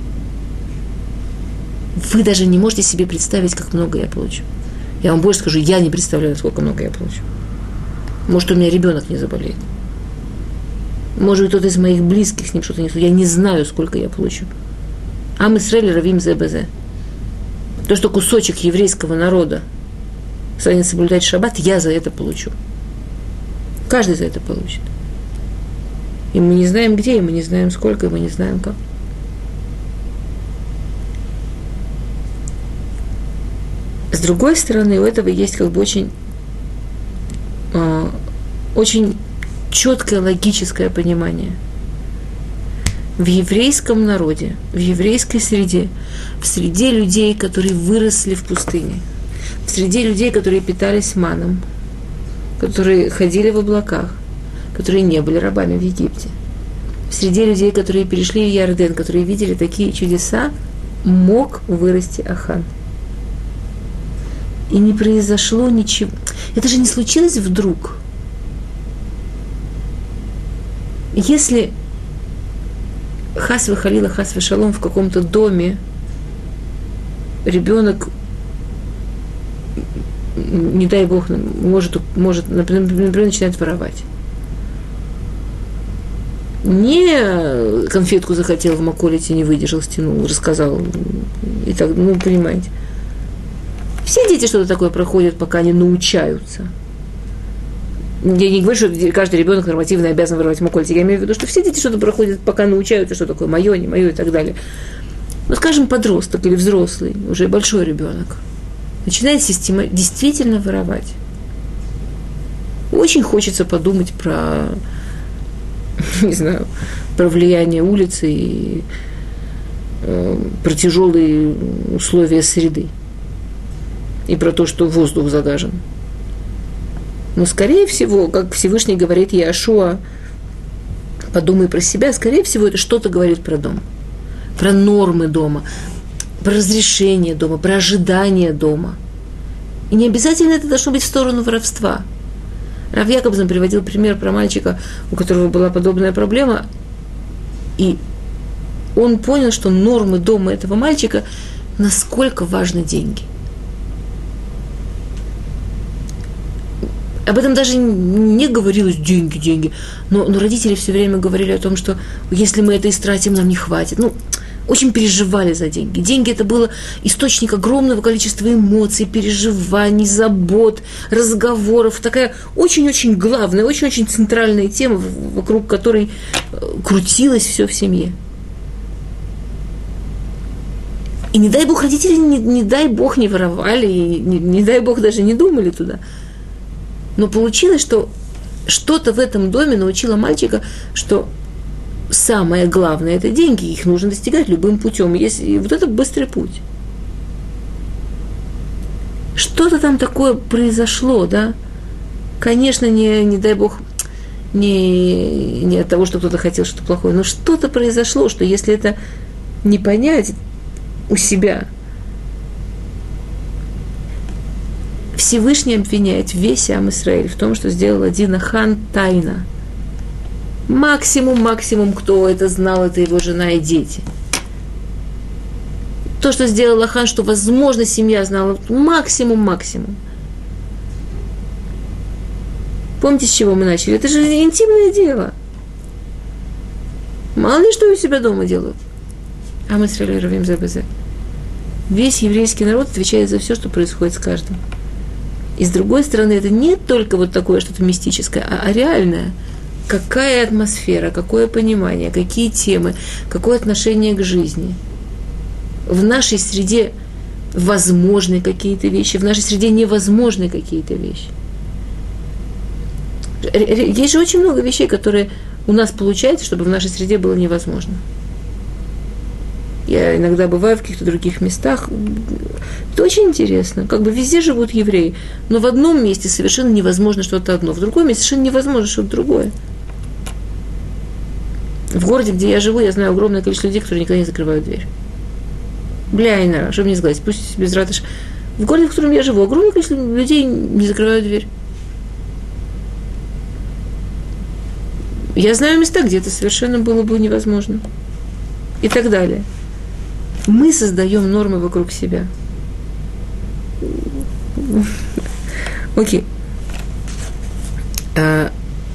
Вы даже не можете себе представить, как много я получу. Я вам больше скажу, я не представляю, сколько много я получу. Может, у меня ребенок не заболеет. Может быть, кто-то из моих близких с ним что-то не случится. Я не знаю, сколько я получу. Ам Исраэль равим зебезе. То, что кусочек еврейского народа станет соблюдать шаббат, я за это получу. Каждый за это получит. И мы не знаем где, и мы не знаем сколько, и мы не знаем как. С другой стороны, у этого есть как бы очень, э, очень четкое логическое понимание. в еврейском народе, в еврейской среде, в среде людей, которые выросли в пустыне, в среде людей, которые питались маном, которые ходили в облаках, которые не были рабами в Египте, в среде людей, которые перешли в Иорден, которые видели такие чудеса, мог вырасти Ахан. И не произошло ничего. Это же не случилось вдруг. Если хас вахалила, хас вешалом в каком-то доме ребенок, не дай бог, может, может например, начинает воровать. Не конфетку захотел в Маколите, не выдержал, стянул, рассказал. И так, ну, понимаете. Все дети что-то такое проходят, пока они научаются. Я не говорю, что каждый ребенок нормативно обязан воровать в Маколите. Я имею в виду, что все дети что-то проходят, пока научаются, что такое мое, не мое и так далее. Ну, скажем, подросток или взрослый, уже большой ребенок, начинает система действительно воровать. Очень хочется подумать про, не знаю, про влияние улицы и э, про тяжелые условия среды. И про то, что воздух загажен. Но, скорее всего, как Всевышний говорит Иошуа, подумай про себя, скорее всего, это что-то говорит про дом. Про нормы дома, про разрешение дома, про ожидание дома. И не обязательно это должно быть в сторону воровства. Рав Якобсон приводил пример про мальчика, у которого была подобная проблема, и он понял, что нормы дома этого мальчика, насколько важны деньги. Об этом даже не говорилось деньги, деньги. Но, но родители все время говорили о том, что если мы это истратим, нам не хватит. Ну, очень переживали за деньги. Деньги – это было источник огромного количества эмоций, переживаний, забот, разговоров. Такая очень-очень главная, очень-очень центральная тема, вокруг которой крутилось все в семье. И не дай бог, родители, не, не дай бог, не воровали, и не, не дай бог, даже не думали туда. Но получилось, что что-то в этом доме научило мальчика, что самое главное – это деньги, их нужно достигать любым путем. Есть, и вот это быстрый путь. Что-то там такое произошло, да? Конечно, не, не дай бог, не, не от того, что кто-то хотел что-то плохое, но что-то произошло, что если это не понять у себя, Всевышний обвиняет весь Ам Исраэль в том, что сделал один Ахан тайно. Максимум, максимум, кто это знал, это его жена и дети. То, что сделал Ахан, что, возможно, семья знала, максимум, максимум. Помните, с чего мы начали? Это же интимное дело. Мало ли, что у себя дома делают. Ам Исраэль равим зе бзе. Весь еврейский народ отвечает за все, что происходит с каждым. И с другой стороны, это не только вот такое что-то мистическое, а, а реальное. Какая атмосфера, какое понимание, какие темы, какое отношение к жизни. В нашей среде возможны какие-то вещи, в нашей среде невозможны какие-то вещи. Есть же очень много вещей, которые у нас получается, чтобы в нашей среде было невозможно. Я иногда бываю в каких-то других местах. Это очень интересно. Как бы везде живут евреи, но в одном месте совершенно невозможно что-то одно, в другом месте совершенно невозможно что-то другое. В городе, где я живу, я знаю огромное количество людей, которые никогда не закрывают дверь. Бля, инара, чтобы не сглазить, пусть без ратыш. В городе, в котором я живу, огромное количество людей не закрывают дверь. Я знаю места, где это совершенно было бы невозможно. И так далее. Мы создаем нормы вокруг себя. Окей. А...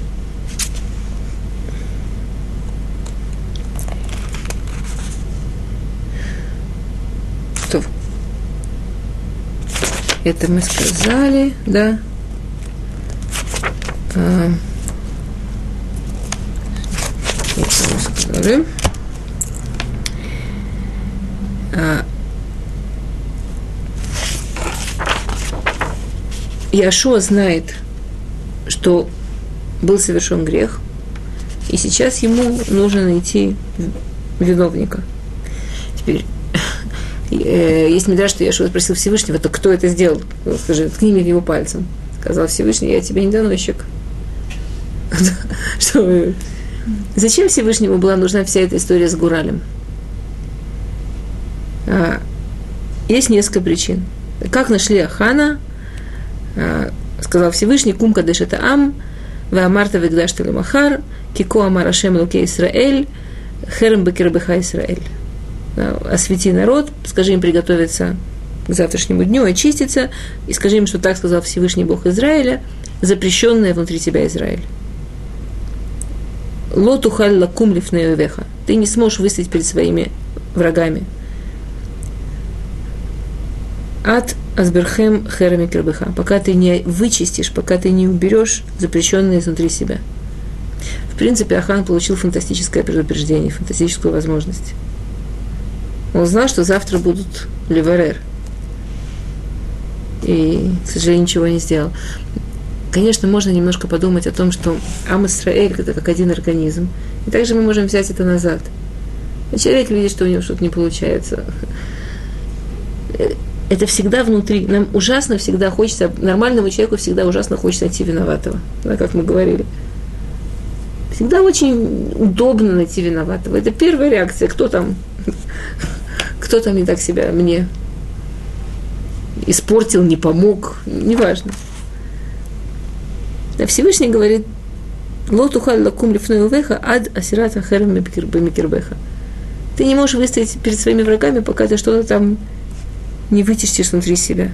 Что? Это мы сказали, да? А... Это мы сказали. Иошуа знает, что был совершен грех, и сейчас ему нужно найти виновника. Теперь, есть мидраш, что Йошуа спросил Всевышнего, то кто это сделал? Скажи, ткни мне в него пальцем. Сказал Всевышний, я тебе не доносчик. Что? Зачем Всевышнему была нужна вся эта история с Гуралем? А, есть несколько причин. Как нашли Ахана? А, сказал Всевышний, кум кадеш это ам, ваамарта вегдаш телемахар, кико амар ашем луке Исраэль, херем бекербеха Исраэль. Освети народ, скажи им приготовиться к завтрашнему дню, очиститься, и скажи им, что так сказал Всевышний Бог Израиля, запрещенное внутри тебя Израиль. Лоту халла кум лифнеевеха. Ты не сможешь выстоять перед своими врагами. Ад азберхем херами кирбеха. Пока ты не вычистишь, пока ты не уберешь запрещенное изнутри себя. В принципе, Ахан получил фантастическое предупреждение, фантастическую возможность. Он знал, что завтра будут леварер. И, к сожалению, ничего не сделал. Конечно, можно немножко подумать о том, что Ам Исраэль – это как один организм. И также мы можем взять это назад. И человек видит, что у него что-то не получается. Это всегда внутри. Нам ужасно всегда хочется, нормальному человеку всегда ужасно хочется найти виноватого. Да, как мы говорили. Всегда очень удобно найти виноватого. Это первая реакция. Кто там? Кто там не так себя мне испортил, не помог? Неважно. А Всевышний говорит, «Лот ухаль лакум лифной увеха, ад асират ахерем бемикирбеха». Ты не можешь выстоять перед своими врагами, пока ты что-то там не вытащишь внутри себя.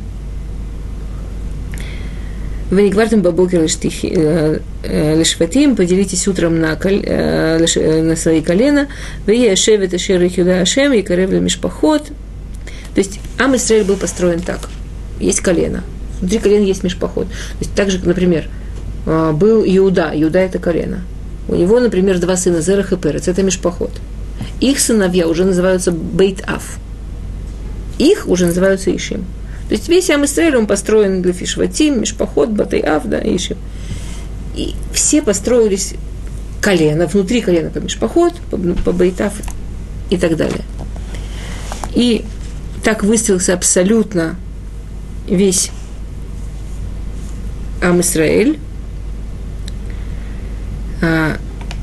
Вы не гвардим бабокер лешватим, поделитесь утром на, на свои колена. Вы ешевет ашер ихюда ашем, и карев мишпахот. То есть Ам Исраэль был построен так. Есть колено. Внутри колена есть мишпахот. То есть так же, например, был Иуда. Иуда – это колено. У него, например, два сына, Зерах и Перец. Это мишпахот. Их сыновья уже называются Бейт-Ав. Их уже называются Ишим. То есть весь Ам Исраэль, он построен для Фишватим, Мишпахот, Батей-Ав, да, Ишим. И все построились колено, внутри колена по Мишпахот, по, по Бейт-Ав и так далее. И так выстроился абсолютно весь Ам Исраэль. А,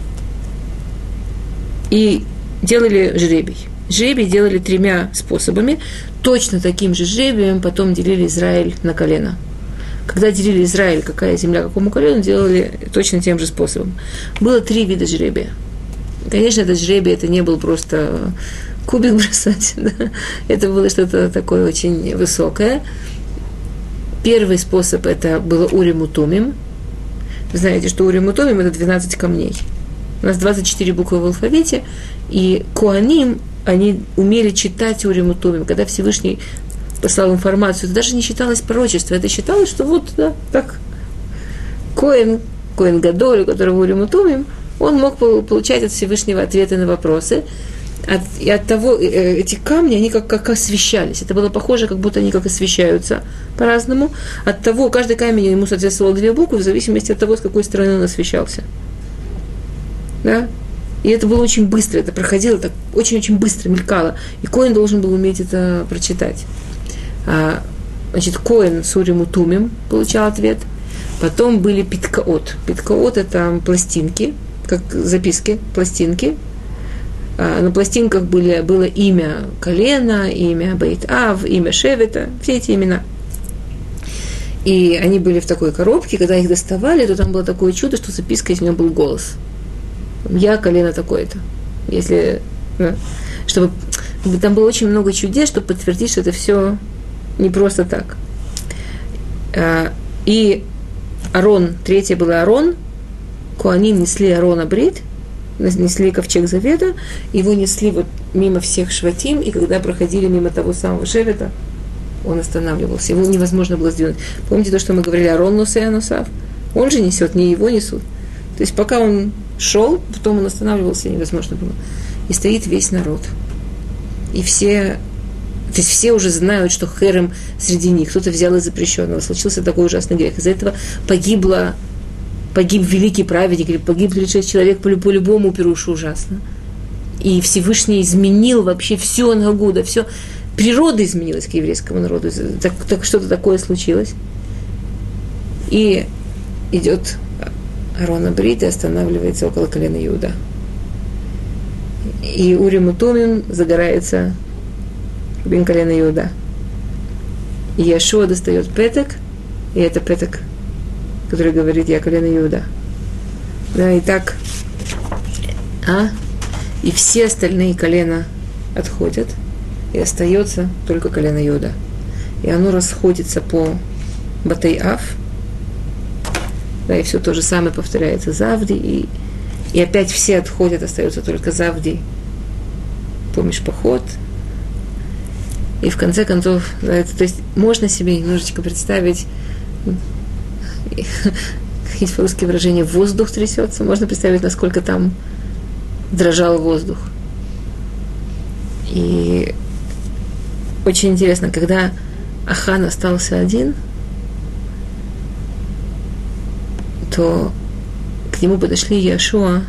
и делали жребий. Жребий делали тремя способами. Точно таким же жребием потом делили Израиль на колено. Когда делили Израиль, какая земля, какому колену, делали точно тем же способом. Было три вида жребия. Конечно, этот жребий, это не был просто кубик бросать. Да? Это было что-то такое очень высокое. Первый способ, это было Урим и Тумим. Вы знаете, что Урим и Тумим – это двенадцать камней. У нас двадцать четыре буквы в алфавите, и Коаним, они умели читать Урим и Тумим. Когда Всевышний послал информацию, это даже не считалось пророчество, это считалось, что вот, да, так, Коэн, Коэн Гадоль, у которого Урим и Тумим, он мог получать от Всевышнего ответы на вопросы. От, и от того, эти камни, они как, как освещались. Это было похоже, как будто они как освещаются по-разному. От того, каждый камень ему соответствовал две буквы, в зависимости от того, с какой стороны он освещался. Да? И это было очень быстро, это проходило так очень-очень быстро, мелькало. И Коэн должен был уметь это прочитать. А, значит, Коэн с Урим и Тумим получал ответ. Потом были Питкаот. Питкаот – это пластинки, как записки, пластинки. На пластинках были, было имя колена, имя Бейт-Ав, имя Шевета, все эти имена. И они были в такой коробке, когда их доставали, то там было такое чудо, что записка, из нее был голос. Я колено такое-то. Если, да, чтобы, там было очень много чудес, чтобы подтвердить, что это все не просто так. И Арон, третье было Арон, Коаним несли Арона Брит, несли ковчег завета, его несли вот мимо всех шватим, и когда проходили мимо того самого Шевета, он останавливался, его невозможно было сдвинуть. Помните то, что мы говорили, Арон Носе Анусав? Он же несет, не его несут. То есть пока он шел, потом он останавливался, невозможно было. И стоит весь народ. И все, то есть все уже знают, что херем среди них, кто-то взял из запрещенного, случился такой ужасный грех. Из-за этого погибло Погиб великий праведник, или погиб тридцать шесть человек по, по любому пирушу ужасно. и Всевышний изменил вообще всю Ангагуда, все, природа изменилась к еврейскому народу, так, так что-то такое случилось. И идет Аарон Абрит и останавливается около колена Иуда. И Урим и Тумим загорается рубин колена Иуда. И Йешуа достает петек, и это петек, который говорит: «Я колено Иуда». Да, и так, а? И все остальные колена отходят, и остается только колено Иуда. И оно расходится по Батей-Ав, да, и все то же самое повторяется Завди, и, и опять все отходят, остается только Завди по Мишпахот. И в конце концов, да, это, то есть можно себе немножечко представить, есть по-русски выражение «воздух трясется», можно представить, насколько там дрожал воздух. И очень интересно, когда Ахан остался один, то к нему подошли Йешуа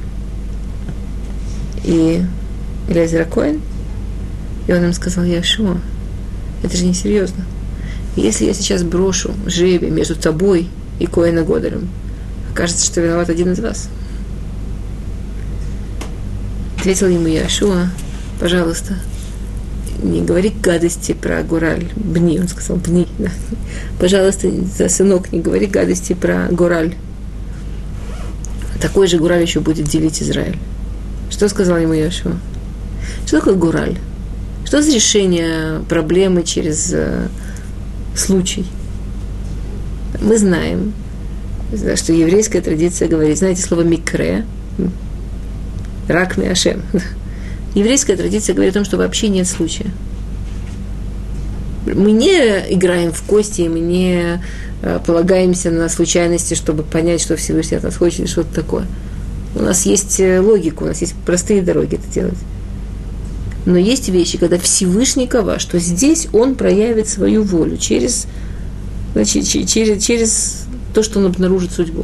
и Элиэзер ха-Коэн, и он им сказал: «Йешуа, это же несерьезно. Если я сейчас брошу жребий между тобой и Коэн Гадолем, окажется, что виноват один из вас». Ответил ему Йешуа: «Пожалуйста, не говори гадости про Гораль, Бни», он сказал, Бни, да. «Пожалуйста, за сынок, не говори гадости про Гораль. Такой же Гораль еще будет делить Израиль». Что сказал ему Йешуа? Что такое Гораль? Что за решение проблемы через э, случай? Мы знаем, что еврейская традиция говорит, знаете слово «микре», «рак миашем». Еврейская традиция говорит о том, что вообще нет случая. Мы не играем в кости, мы не э, полагаемся на случайности, чтобы понять, что Всевышний от нас хочет, или что-то такое. У нас есть логика, у нас есть простые дороги это делать. Но есть вещи, когда Всевышний кова, что здесь он проявит свою волю через, значит, через, через то, что он обнаружит судьбу.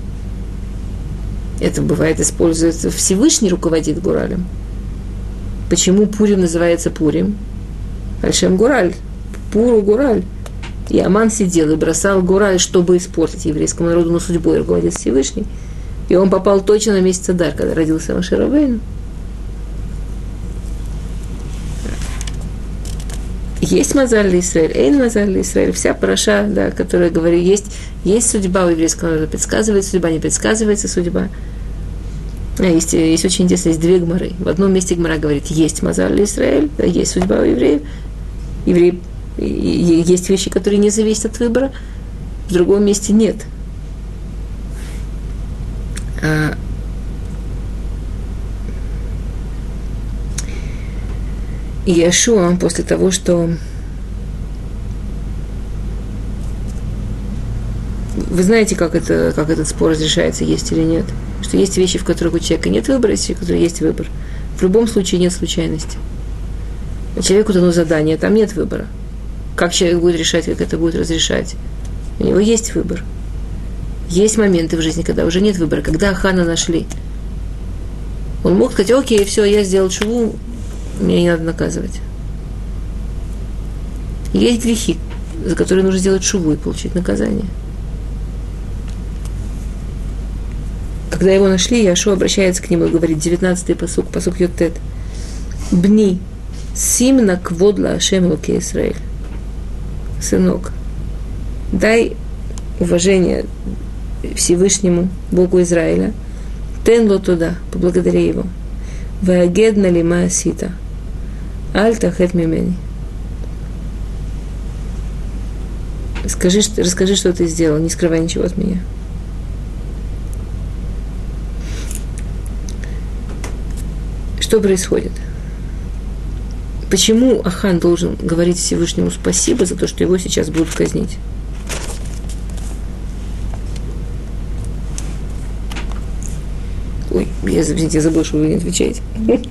Это бывает используется, Всевышний руководит Гуралем. Почему Пурим называется Пурим? Аль-Шем Гураль. Пуру Гураль. И Аман сидел и бросал Гураль, чтобы испортить еврейскому народу, но судьбой руководит Всевышний. И он попал точно на месяц Адар, когда родился Моше Рабейну. Есть Мазаль Исраэль, Эйн Мазаль Исраэль, вся параша, да, которая говорит, есть, есть судьба у еврейского народа, предсказывается судьба, не предсказывается судьба. Есть, есть очень интересно, есть две гмары. В одном месте гмара говорит, есть Мазаль Исраэль, да, есть судьба у евреев, евреи, есть вещи, которые не зависят от выбора, в другом месте нет. А И Йешуа, после того, что... Вы знаете, как, это, как этот спор разрешается, есть или нет? Что есть вещи, в которых у человека нет выбора, есть вещи, в которых есть выбор. В любом случае нет случайности. А человеку дано задание, там нет выбора. Как человек будет решать, как это будет разрешать? У него есть выбор. Есть моменты в жизни, когда уже нет выбора. Когда Ахана нашли, он мог сказать, окей, все, я сделал шуву, мне не надо наказывать. Есть грехи, за которые нужно сделать шуву и получить наказание. Когда его нашли, Йешуа обращается к нему и говорит, девятнадцатый пасук, пасук Йотет. Бни, симна кводла Ашем Элокей Исраэль. Сынок, дай уважение Всевышнему Богу Израиля. Тен ло туда, поблагодари его. Ваагедна лима асита. Аль тахет мимени. Скажи, расскажи, что ты сделал, не скрывай ничего от меня. Что происходит? Почему Ахан должен говорить Всевышнему спасибо за то, что его сейчас будут казнить? Ой, я, извините, я забыла, что вы не отвечаете.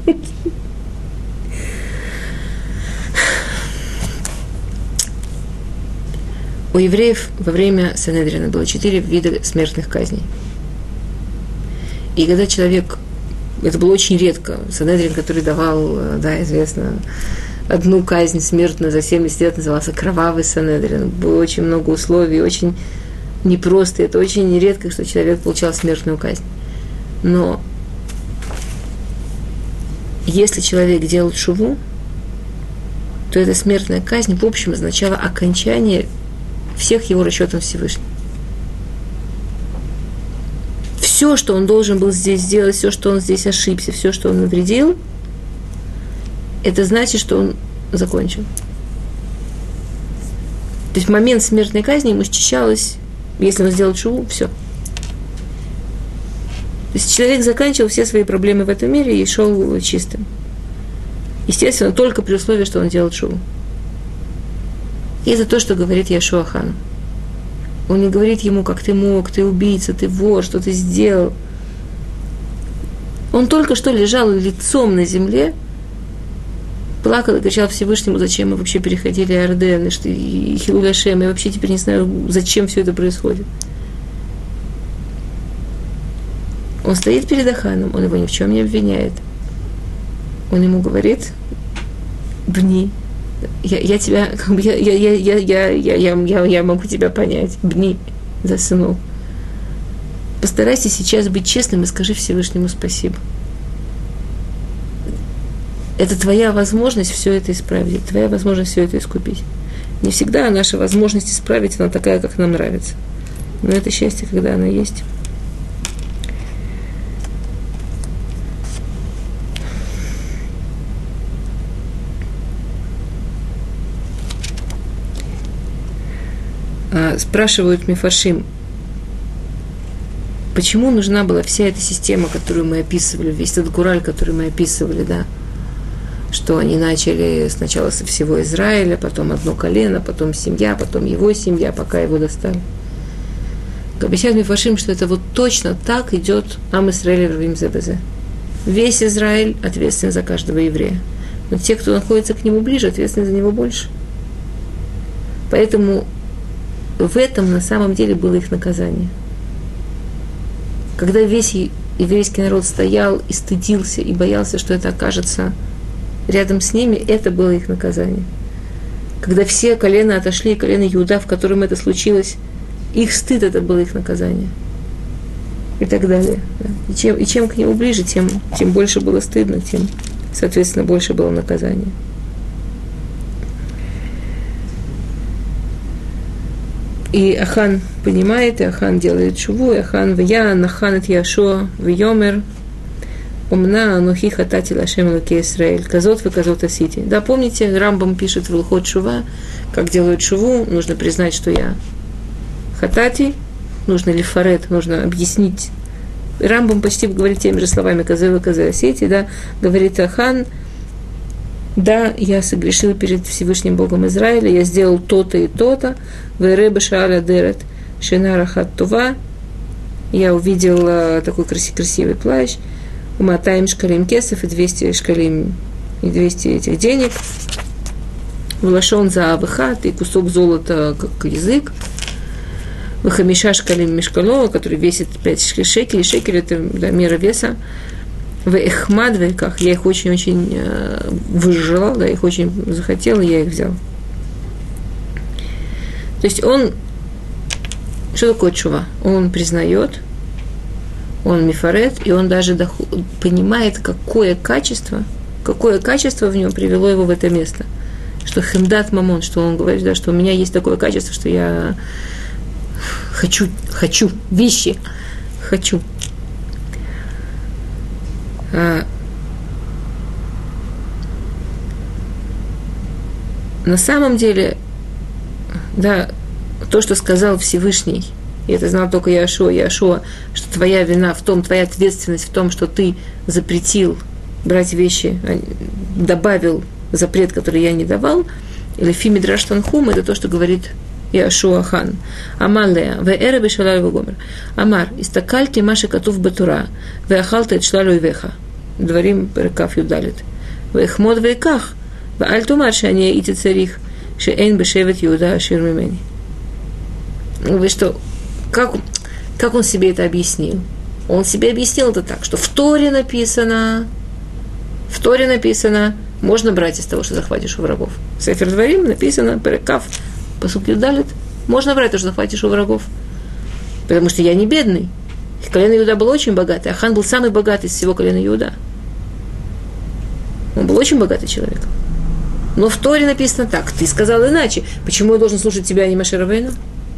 У евреев во время Санедрина было четыре вида смертных казней. И когда человек это было очень редко. Санедрин, который давал, да, известно, одну казнь смертную за семьдесят лет, назывался кровавый Санедрин. Было очень много условий, очень непросто. Это очень редко, что человек получал смертную казнь. Но если человек делал шуву, то эта смертная казнь, в общем, означала окончание всех его расчетов Всевышнего. Все, что он должен был здесь сделать, все, что он здесь ошибся, все, что он навредил, это значит, что он закончил. То есть в момент смертной казни ему счищалось, если он сделал шуву, все. То есть человек заканчивал все свои проблемы в этом мире и шел чистым. Естественно, только при условии, что он делал шуву. И это то, что говорит Йешуа хану. Он не говорит ему, как ты мог, ты убийца, ты вор, что ты сделал. Он только что лежал лицом на земле, плакал и кричал Всевышнему, зачем мы вообще переходили Иорден, и Хилуль Ашем, я вообще теперь не знаю, зачем все это происходит. Он стоит перед Аханом, он его ни в чем не обвиняет. Он ему говорит, бни, я, я тебя, как бы, я, я, я, я, я, я, я, я могу тебя понять, бни за сынов. Постарайся сейчас быть честным и скажи Всевышнему спасибо. Это твоя возможность все это исправить, твоя возможность все это искупить. Не всегда наша возможность исправить, она такая, как нам нравится. Но это счастье, когда она есть. Спрашивают Мифаршим, почему нужна была вся эта система, которую мы описывали, весь этот гураль, который мы описывали, да, что они начали сначала со всего Израиля, потом одно колено, потом семья, потом его семья, пока его достали. Объясняют Мифаршим, что это вот точно так идет Ам Исраэль Рувим Зебезе. Весь Израиль ответственен за каждого еврея, но те, кто находится к нему ближе, ответственны за него больше. Поэтому в этом на самом деле было их наказание. Когда весь еврейский народ стоял и стыдился, и боялся, что это окажется рядом с ними, это было их наказание. Когда все колена отошли, колено Иуда, в котором это случилось, их стыд – это было их наказание. И так далее. И чем, и чем к нему ближе, тем, тем больше было стыдно, тем, соответственно, больше было наказание. И Ахан понимает, и Ахан делает шуву, и Ахан ваян, Ахан от Яшуа, вайомер, умна, анухи хатати лашем лаке Исраэль, казот вы казот асити. Да, помните, Рамбам пишет в Илхот шува, как делают шуву, нужно признать, что я хатати, нужно лифарет, нужно объяснить. Рамбам почти говорит теми же словами казот вы казот асити, да, говорит Ахан, да, я согрешил перед Всевышним Богом Израиля, я сделал то-то и то-то, вэрэбэ шааля дэрет шенара хат това, я увидел uh, такой красивый, красивый плащ, уматаем шкалим кесов и двести шкалим, и двести этих денег, влашон за авыхат и кусок золота, как язык, вахамиша шкалим мешкало, который весит пять шекелей, шекель это да, мера веса, в эхмад веках, я их очень-очень э, выжила, да, их очень захотела, я их взял. То есть он, что такое чува? Он признает, он мифарет, и он даже доху, понимает, какое качество, какое качество в нем привело его в это место. Что хемдат мамон, что он говорит, да, что у меня есть такое качество, что я хочу, хочу, вещи, хочу. А, на самом деле, да, то, что сказал Всевышний, и это знал только Яшуа, Яшуа, что твоя вина в том, твоя ответственность в том, что ты запретил брать вещи, добавил запрет, который я не давал, или фимидраш танхум, это то, что говорит Яшуа хан. Амар лея, вээрэ бешалай вэгомер. Амар, истакальти маши катув батура, вэахалта эт шлалу ивеха. Дворим перекав юдалит. Вэхмод вэках, вэаль тумар шане ити царих, шеэн бешевет Иуда ашир мимени. Вы что, как, как он себе это объяснил? Он себе объяснил это так, что в Торе написано, в Торе написано, можно брать из того, что захватишь у врагов. В Сефер Дворим написано, Перекав, посук Юдалит, можно брать то, что захватишь у врагов. Потому что я не бедный. Колено Иуда было очень богатый, а хан был самый богатый из всего колена Иуда. Он был очень богатый человек. Но в Торе написано так, ты сказал иначе. Почему я должен слушать тебя, а не Моше Рабейну?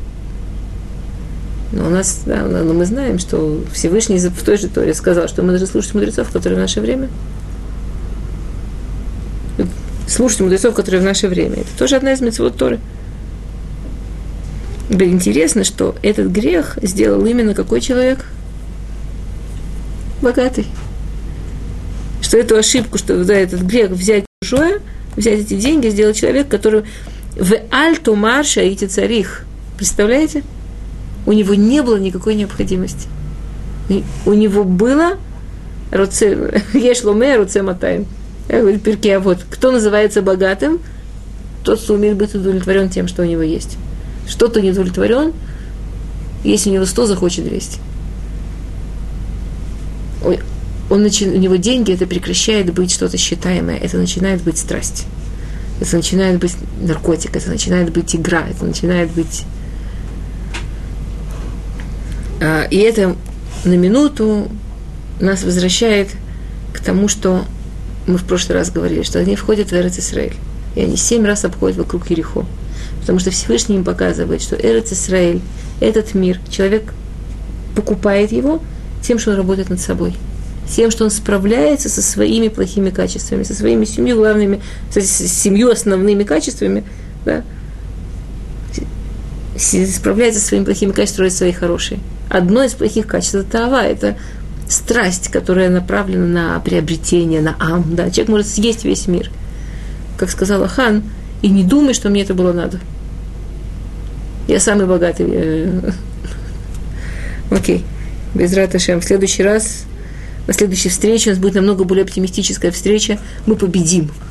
Но у нас, да, но мы знаем, что Всевышний в той же Торе сказал, что мы должны слушать мудрецов, которые в наше время. Слушать мудрецов, которые в наше время. Это тоже одна из мицвот Торы. Интересно, что этот грех сделал именно какой человек? Богатый. Что эту ошибку, что да, этот грех взять чужое, взять эти деньги, сделал человек, который в альту марша идти царих. Представляете? У него не было никакой необходимости. У него было ешломе руце матаем. Я говорю, перке, а вот кто называется богатым? Тот, кто умеет быть удовлетворен тем, что у него есть. Что-то не удовлетворен, если у него сто, захочет двести. Он, начи... У него деньги, это прекращает быть что-то считаемое, это начинает быть страсть. Это начинает быть наркотик, это начинает быть игра, это начинает быть... И это на минуту нас возвращает к тому, что мы в прошлый раз говорили, что они входят в Эрец Исраэль, и они семь раз обходят вокруг Ерихо. Потому что Всевышний им показывает, что Эрец Исраэль, этот мир, человек покупает его тем, что он работает над собой, тем, что он справляется со своими плохими качествами, со своими семью главными, с семью основными качествами, да, справляется со своими плохими качествами, строит свои хорошие. Одно из плохих качеств – это тава, это страсть, которая направлена на приобретение, на ам, да, человек может съесть весь мир. Как сказала хан, и не думай, что мне это было надо. Я самый богатый. Окей. Безрат Ашем. В следующий раз, на следующей встрече у нас будет намного более оптимистическая встреча. Мы победим.